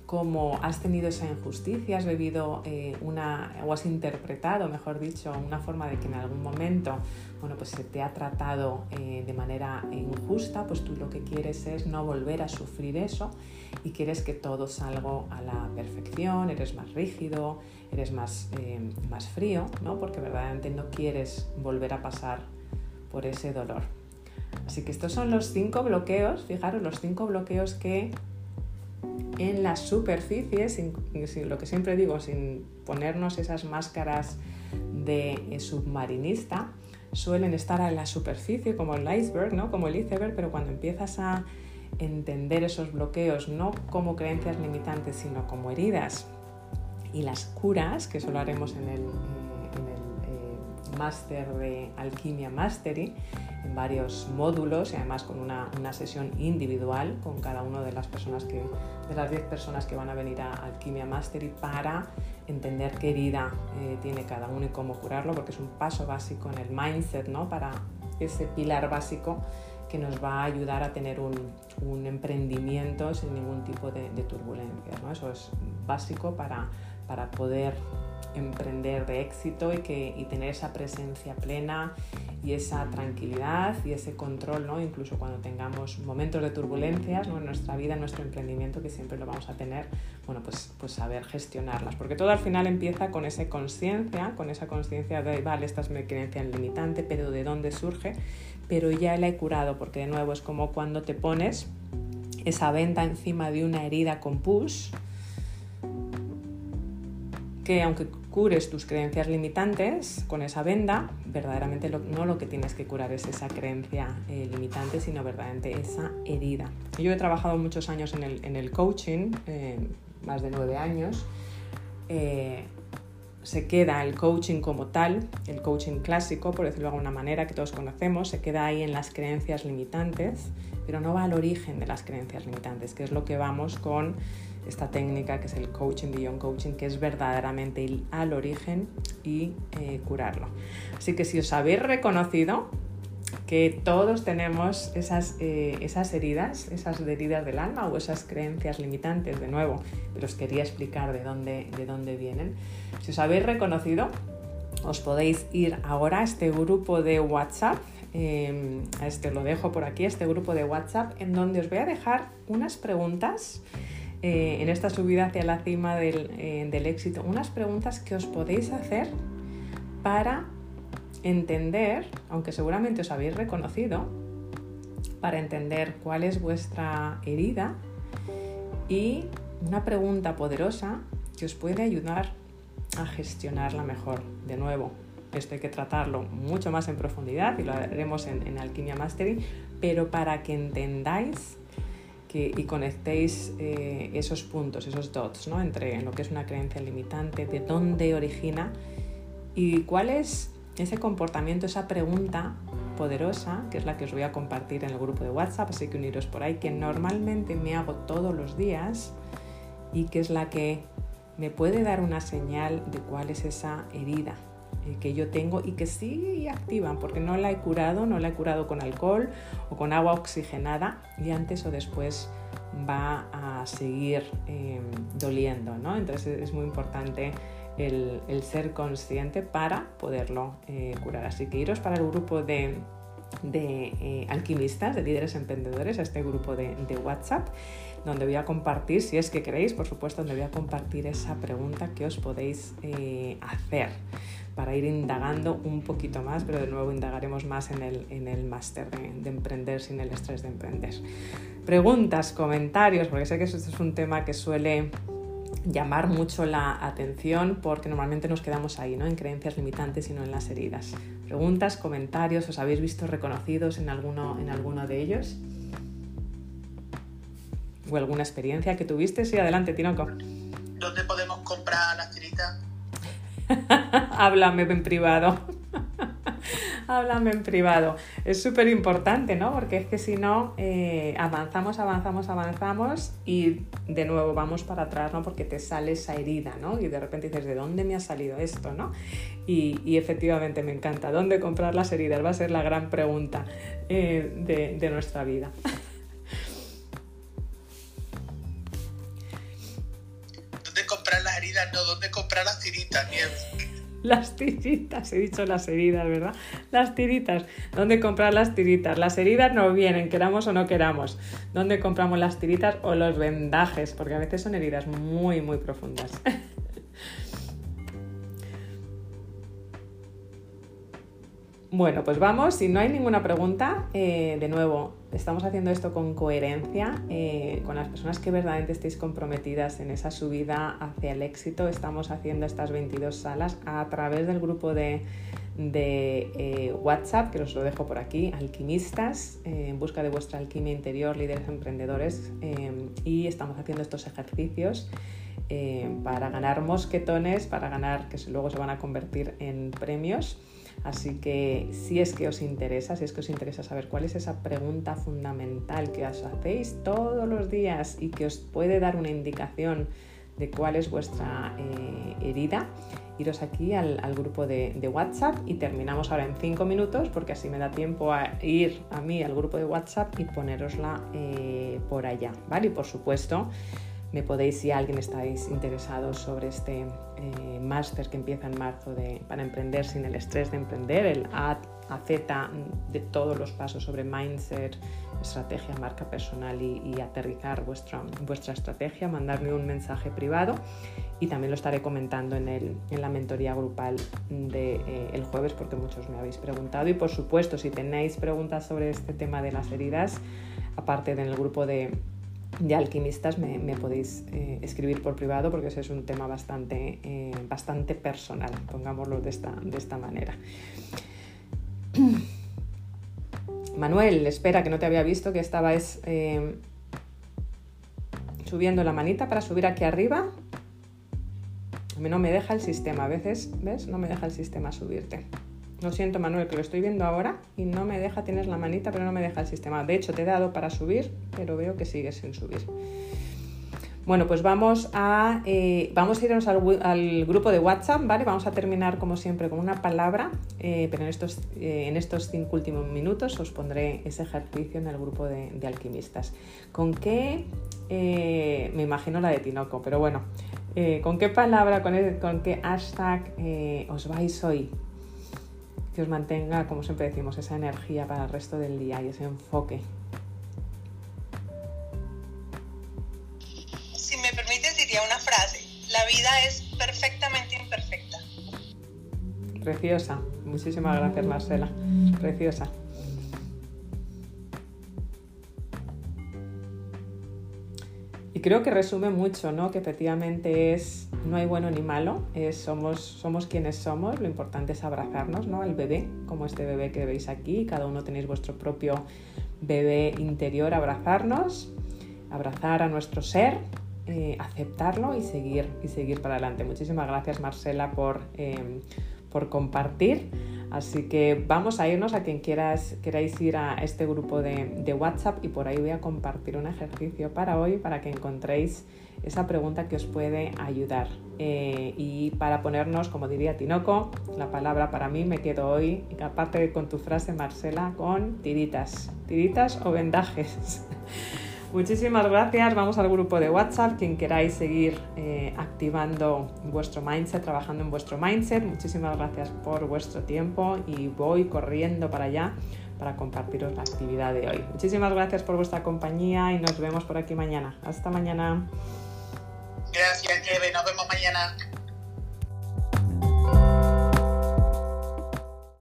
cómo has tenido esa injusticia, has vivido eh, una, o has interpretado, mejor dicho, una forma de que en algún momento, bueno, pues se te ha tratado eh, de manera injusta, pues tú lo que quieres es no volver a sufrir eso y quieres que todo salga a la perfección, eres más rígido, eres más, eh, más frío, ¿no? Porque verdaderamente no quieres volver a pasar por ese dolor. Así que estos son los cinco bloqueos, fijaros, los cinco bloqueos que en la superficie, sin, sin, lo que siempre digo, sin ponernos esas máscaras de submarinista, suelen estar en la superficie como el iceberg, ¿no? Como el iceberg, pero cuando empiezas a entender esos bloqueos no como creencias limitantes, sino como heridas, y las curas, que eso lo haremos en el, eh, en el eh, máster de Alquimia Mastery, en varios módulos y además con una, una sesión individual con cada una de las personas que, de las diez personas que van a venir a Alquimia Mastery, para entender qué herida eh, tiene cada uno y cómo curarlo, porque es un paso básico en el mindset, ¿no? Para ese pilar básico que nos va a ayudar a tener un, un emprendimiento sin ningún tipo de, de turbulencias, ¿no? Eso es básico para, para poder emprender de éxito y, que, y tener esa presencia plena y esa tranquilidad y ese control, ¿no? Incluso cuando tengamos momentos de turbulencias, ¿no? En nuestra vida, en nuestro emprendimiento, que siempre lo vamos a tener, bueno, pues, pues saber gestionarlas, porque todo al final empieza con esa conciencia, con esa conciencia de, vale, esta es mi creencia limitante, pero ¿de dónde surge? Pero ya la he curado, porque de nuevo es como cuando te pones esa venda encima de una herida con pus, que aunque cures tus creencias limitantes con esa venda, verdaderamente lo, no lo que tienes que curar es esa creencia eh, limitante, sino verdaderamente esa herida. Yo he trabajado muchos años en el, en el coaching, eh, más de nueve años. Eh, se queda el coaching como tal, el coaching clásico, por decirlo de alguna manera, que todos conocemos, se queda ahí en las creencias limitantes, pero no va al origen de las creencias limitantes, que es lo que vamos con esta técnica que es el coaching beyond coaching, que es verdaderamente ir al origen y eh, curarlo. Así que si os habéis reconocido que todos tenemos esas, eh, esas heridas, esas heridas del alma o esas creencias limitantes, de nuevo, pero os quería explicar de dónde, de dónde vienen. Si os habéis reconocido, os podéis ir ahora a este grupo de WhatsApp, eh, a este lo dejo por aquí, este grupo de WhatsApp, en donde os voy a dejar unas preguntas eh, en esta subida hacia la cima del, eh, del éxito, unas preguntas que os podéis hacer para entender, aunque seguramente os habéis reconocido, para entender cuál es vuestra herida, y una pregunta poderosa que os puede ayudar a gestionarla mejor. De nuevo, esto hay que tratarlo mucho más en profundidad y lo haremos en, en Alquimia Mastery, pero para que entendáis que, y conectéis eh, esos puntos, esos dots, ¿no? Entre lo que es una creencia limitante, de dónde origina y cuál es ese comportamiento, esa pregunta poderosa, que es la que os voy a compartir en el grupo de WhatsApp, así que uniros por ahí, que normalmente me hago todos los días y que es la que me puede dar una señal de cuál es esa herida eh, que yo tengo y que sigue activa, porque no la he curado, no la he curado con alcohol o con agua oxigenada, y antes o después va a seguir eh, doliendo, ¿no? Entonces es muy importante El, el ser consciente para poderlo eh, curar. Así que iros para el grupo de, de eh, alquimistas, de líderes emprendedores, a este grupo de, de WhatsApp, donde voy a compartir, si es que queréis, por supuesto, donde voy a compartir esa pregunta que os podéis eh, hacer para ir indagando un poquito más, pero de nuevo indagaremos más en el, en el máster de, de emprender sin el estrés de emprender. Preguntas, comentarios, porque sé que esto es un tema que suele llamar mucho la atención, porque normalmente nos quedamos ahí, ¿no? En creencias limitantes y no en las heridas. Preguntas, comentarios, ¿os habéis visto reconocidos en alguno, en alguno de ellos? ¿O alguna experiencia que tuviste? Sí, adelante, Tinoco. ¿Dónde podemos comprar las tiritas? Háblame en privado. Háblame en privado. Es súper importante, ¿no? Porque es que si no, eh, avanzamos, avanzamos, avanzamos y de nuevo vamos para atrás, ¿no? Porque te sale esa herida, ¿no? Y de repente dices, ¿de dónde me ha salido esto, no? Y, y efectivamente me encanta. ¿Dónde comprar las heridas? Va a ser la gran pregunta eh, de, de nuestra vida. comprar las heridas, no, dónde comprar las tiritas, Nieves. Las tiritas, he dicho las heridas, ¿verdad? Las tiritas. ¿Dónde comprar las tiritas? Las heridas no vienen, queramos o no queramos. ¿Dónde compramos las tiritas o los vendajes? Porque a veces son heridas muy, muy profundas. Bueno, pues vamos, si no hay ninguna pregunta, eh, de nuevo, estamos haciendo esto con coherencia, eh, con las personas que verdaderamente estéis comprometidas en esa subida hacia el éxito. Estamos haciendo estas veintidós salas a través del grupo de, de eh, WhatsApp, que os lo dejo por aquí, Alquimistas, eh, en busca de vuestra alquimia interior, líderes emprendedores, eh, y estamos haciendo estos ejercicios eh, para ganar mosquetones, para ganar, que luego se van a convertir en premios. Así que si es que os interesa, si es que os interesa saber cuál es esa pregunta fundamental que os hacéis todos los días y que os puede dar una indicación de cuál es vuestra eh, herida, iros aquí al, al grupo de, de WhatsApp y terminamos ahora en cinco minutos porque así me da tiempo a ir a mí al grupo de WhatsApp y ponerosla eh, por allá, ¿vale? Y por supuesto, me podéis, si alguien estáis interesados sobre este eh, máster que empieza en marzo de, para emprender sin el estrés de emprender, el A a Z de todos los pasos sobre mindset, estrategia, marca personal y, y aterrizar vuestra, vuestra estrategia, mandarme un mensaje privado y también lo estaré comentando en, el, en la mentoría grupal del de, eh, el jueves porque muchos me habéis preguntado. Y por supuesto, si tenéis preguntas sobre este tema de las heridas, aparte del grupo de de alquimistas me, me podéis eh, escribir por privado porque ese es un tema bastante, eh, bastante personal, pongámoslo de esta, de esta manera. Manuel, espera, que no te había visto, que estabas eh, subiendo la manita para subir aquí arriba. A mí no me deja el sistema, a veces, ¿ves? No me deja el sistema subirte. Lo siento, Manuel, que lo estoy viendo ahora y no me deja, tienes la manita, pero no me deja el sistema. De hecho, te he dado para subir, pero veo que sigues sin subir. Bueno, pues vamos a, eh, vamos a irnos al, al grupo de WhatsApp, ¿vale? Vamos a terminar, como siempre, con una palabra, eh, pero en estos, eh, en estos cinco últimos minutos os pondré ese ejercicio en el grupo de, de alquimistas. ¿Con qué? Eh, me imagino la de Tinoco, pero bueno, eh, ¿con qué palabra, con, el, con qué hashtag eh, os vais hoy? Que os mantenga, como siempre decimos, esa energía para el resto del día y ese enfoque. Si me permites, diría una frase. La vida es perfectamente imperfecta. Preciosa. Muchísimas gracias, Marcela. Preciosa. Y creo que resume mucho, ¿no? Que efectivamente es, no hay bueno ni malo, es, somos, somos quienes somos, lo importante es abrazarnos, ¿no? Al bebé, como este bebé que veis aquí, cada uno tenéis vuestro propio bebé interior, abrazarnos, abrazar a nuestro ser, eh, aceptarlo y seguir, y seguir para adelante. Muchísimas gracias, Marcela, por, eh, por compartir. Así que vamos a irnos, a quien quieras, queráis ir a este grupo de, de WhatsApp y por ahí voy a compartir un ejercicio para hoy para que encontréis esa pregunta que os puede ayudar. Eh, y para ponernos, como diría Tinoco, la palabra para mí me quedo hoy, aparte de con tu frase, Marcela, con tiritas. Tiritas o vendajes. Muchísimas gracias, vamos al grupo de WhatsApp, quien queráis seguir eh, activando vuestro mindset, trabajando en vuestro mindset. Muchísimas gracias por vuestro tiempo y voy corriendo para allá para compartiros la actividad de hoy. Muchísimas gracias por vuestra compañía y nos vemos por aquí mañana. Hasta mañana. Gracias, Eve, nos vemos mañana.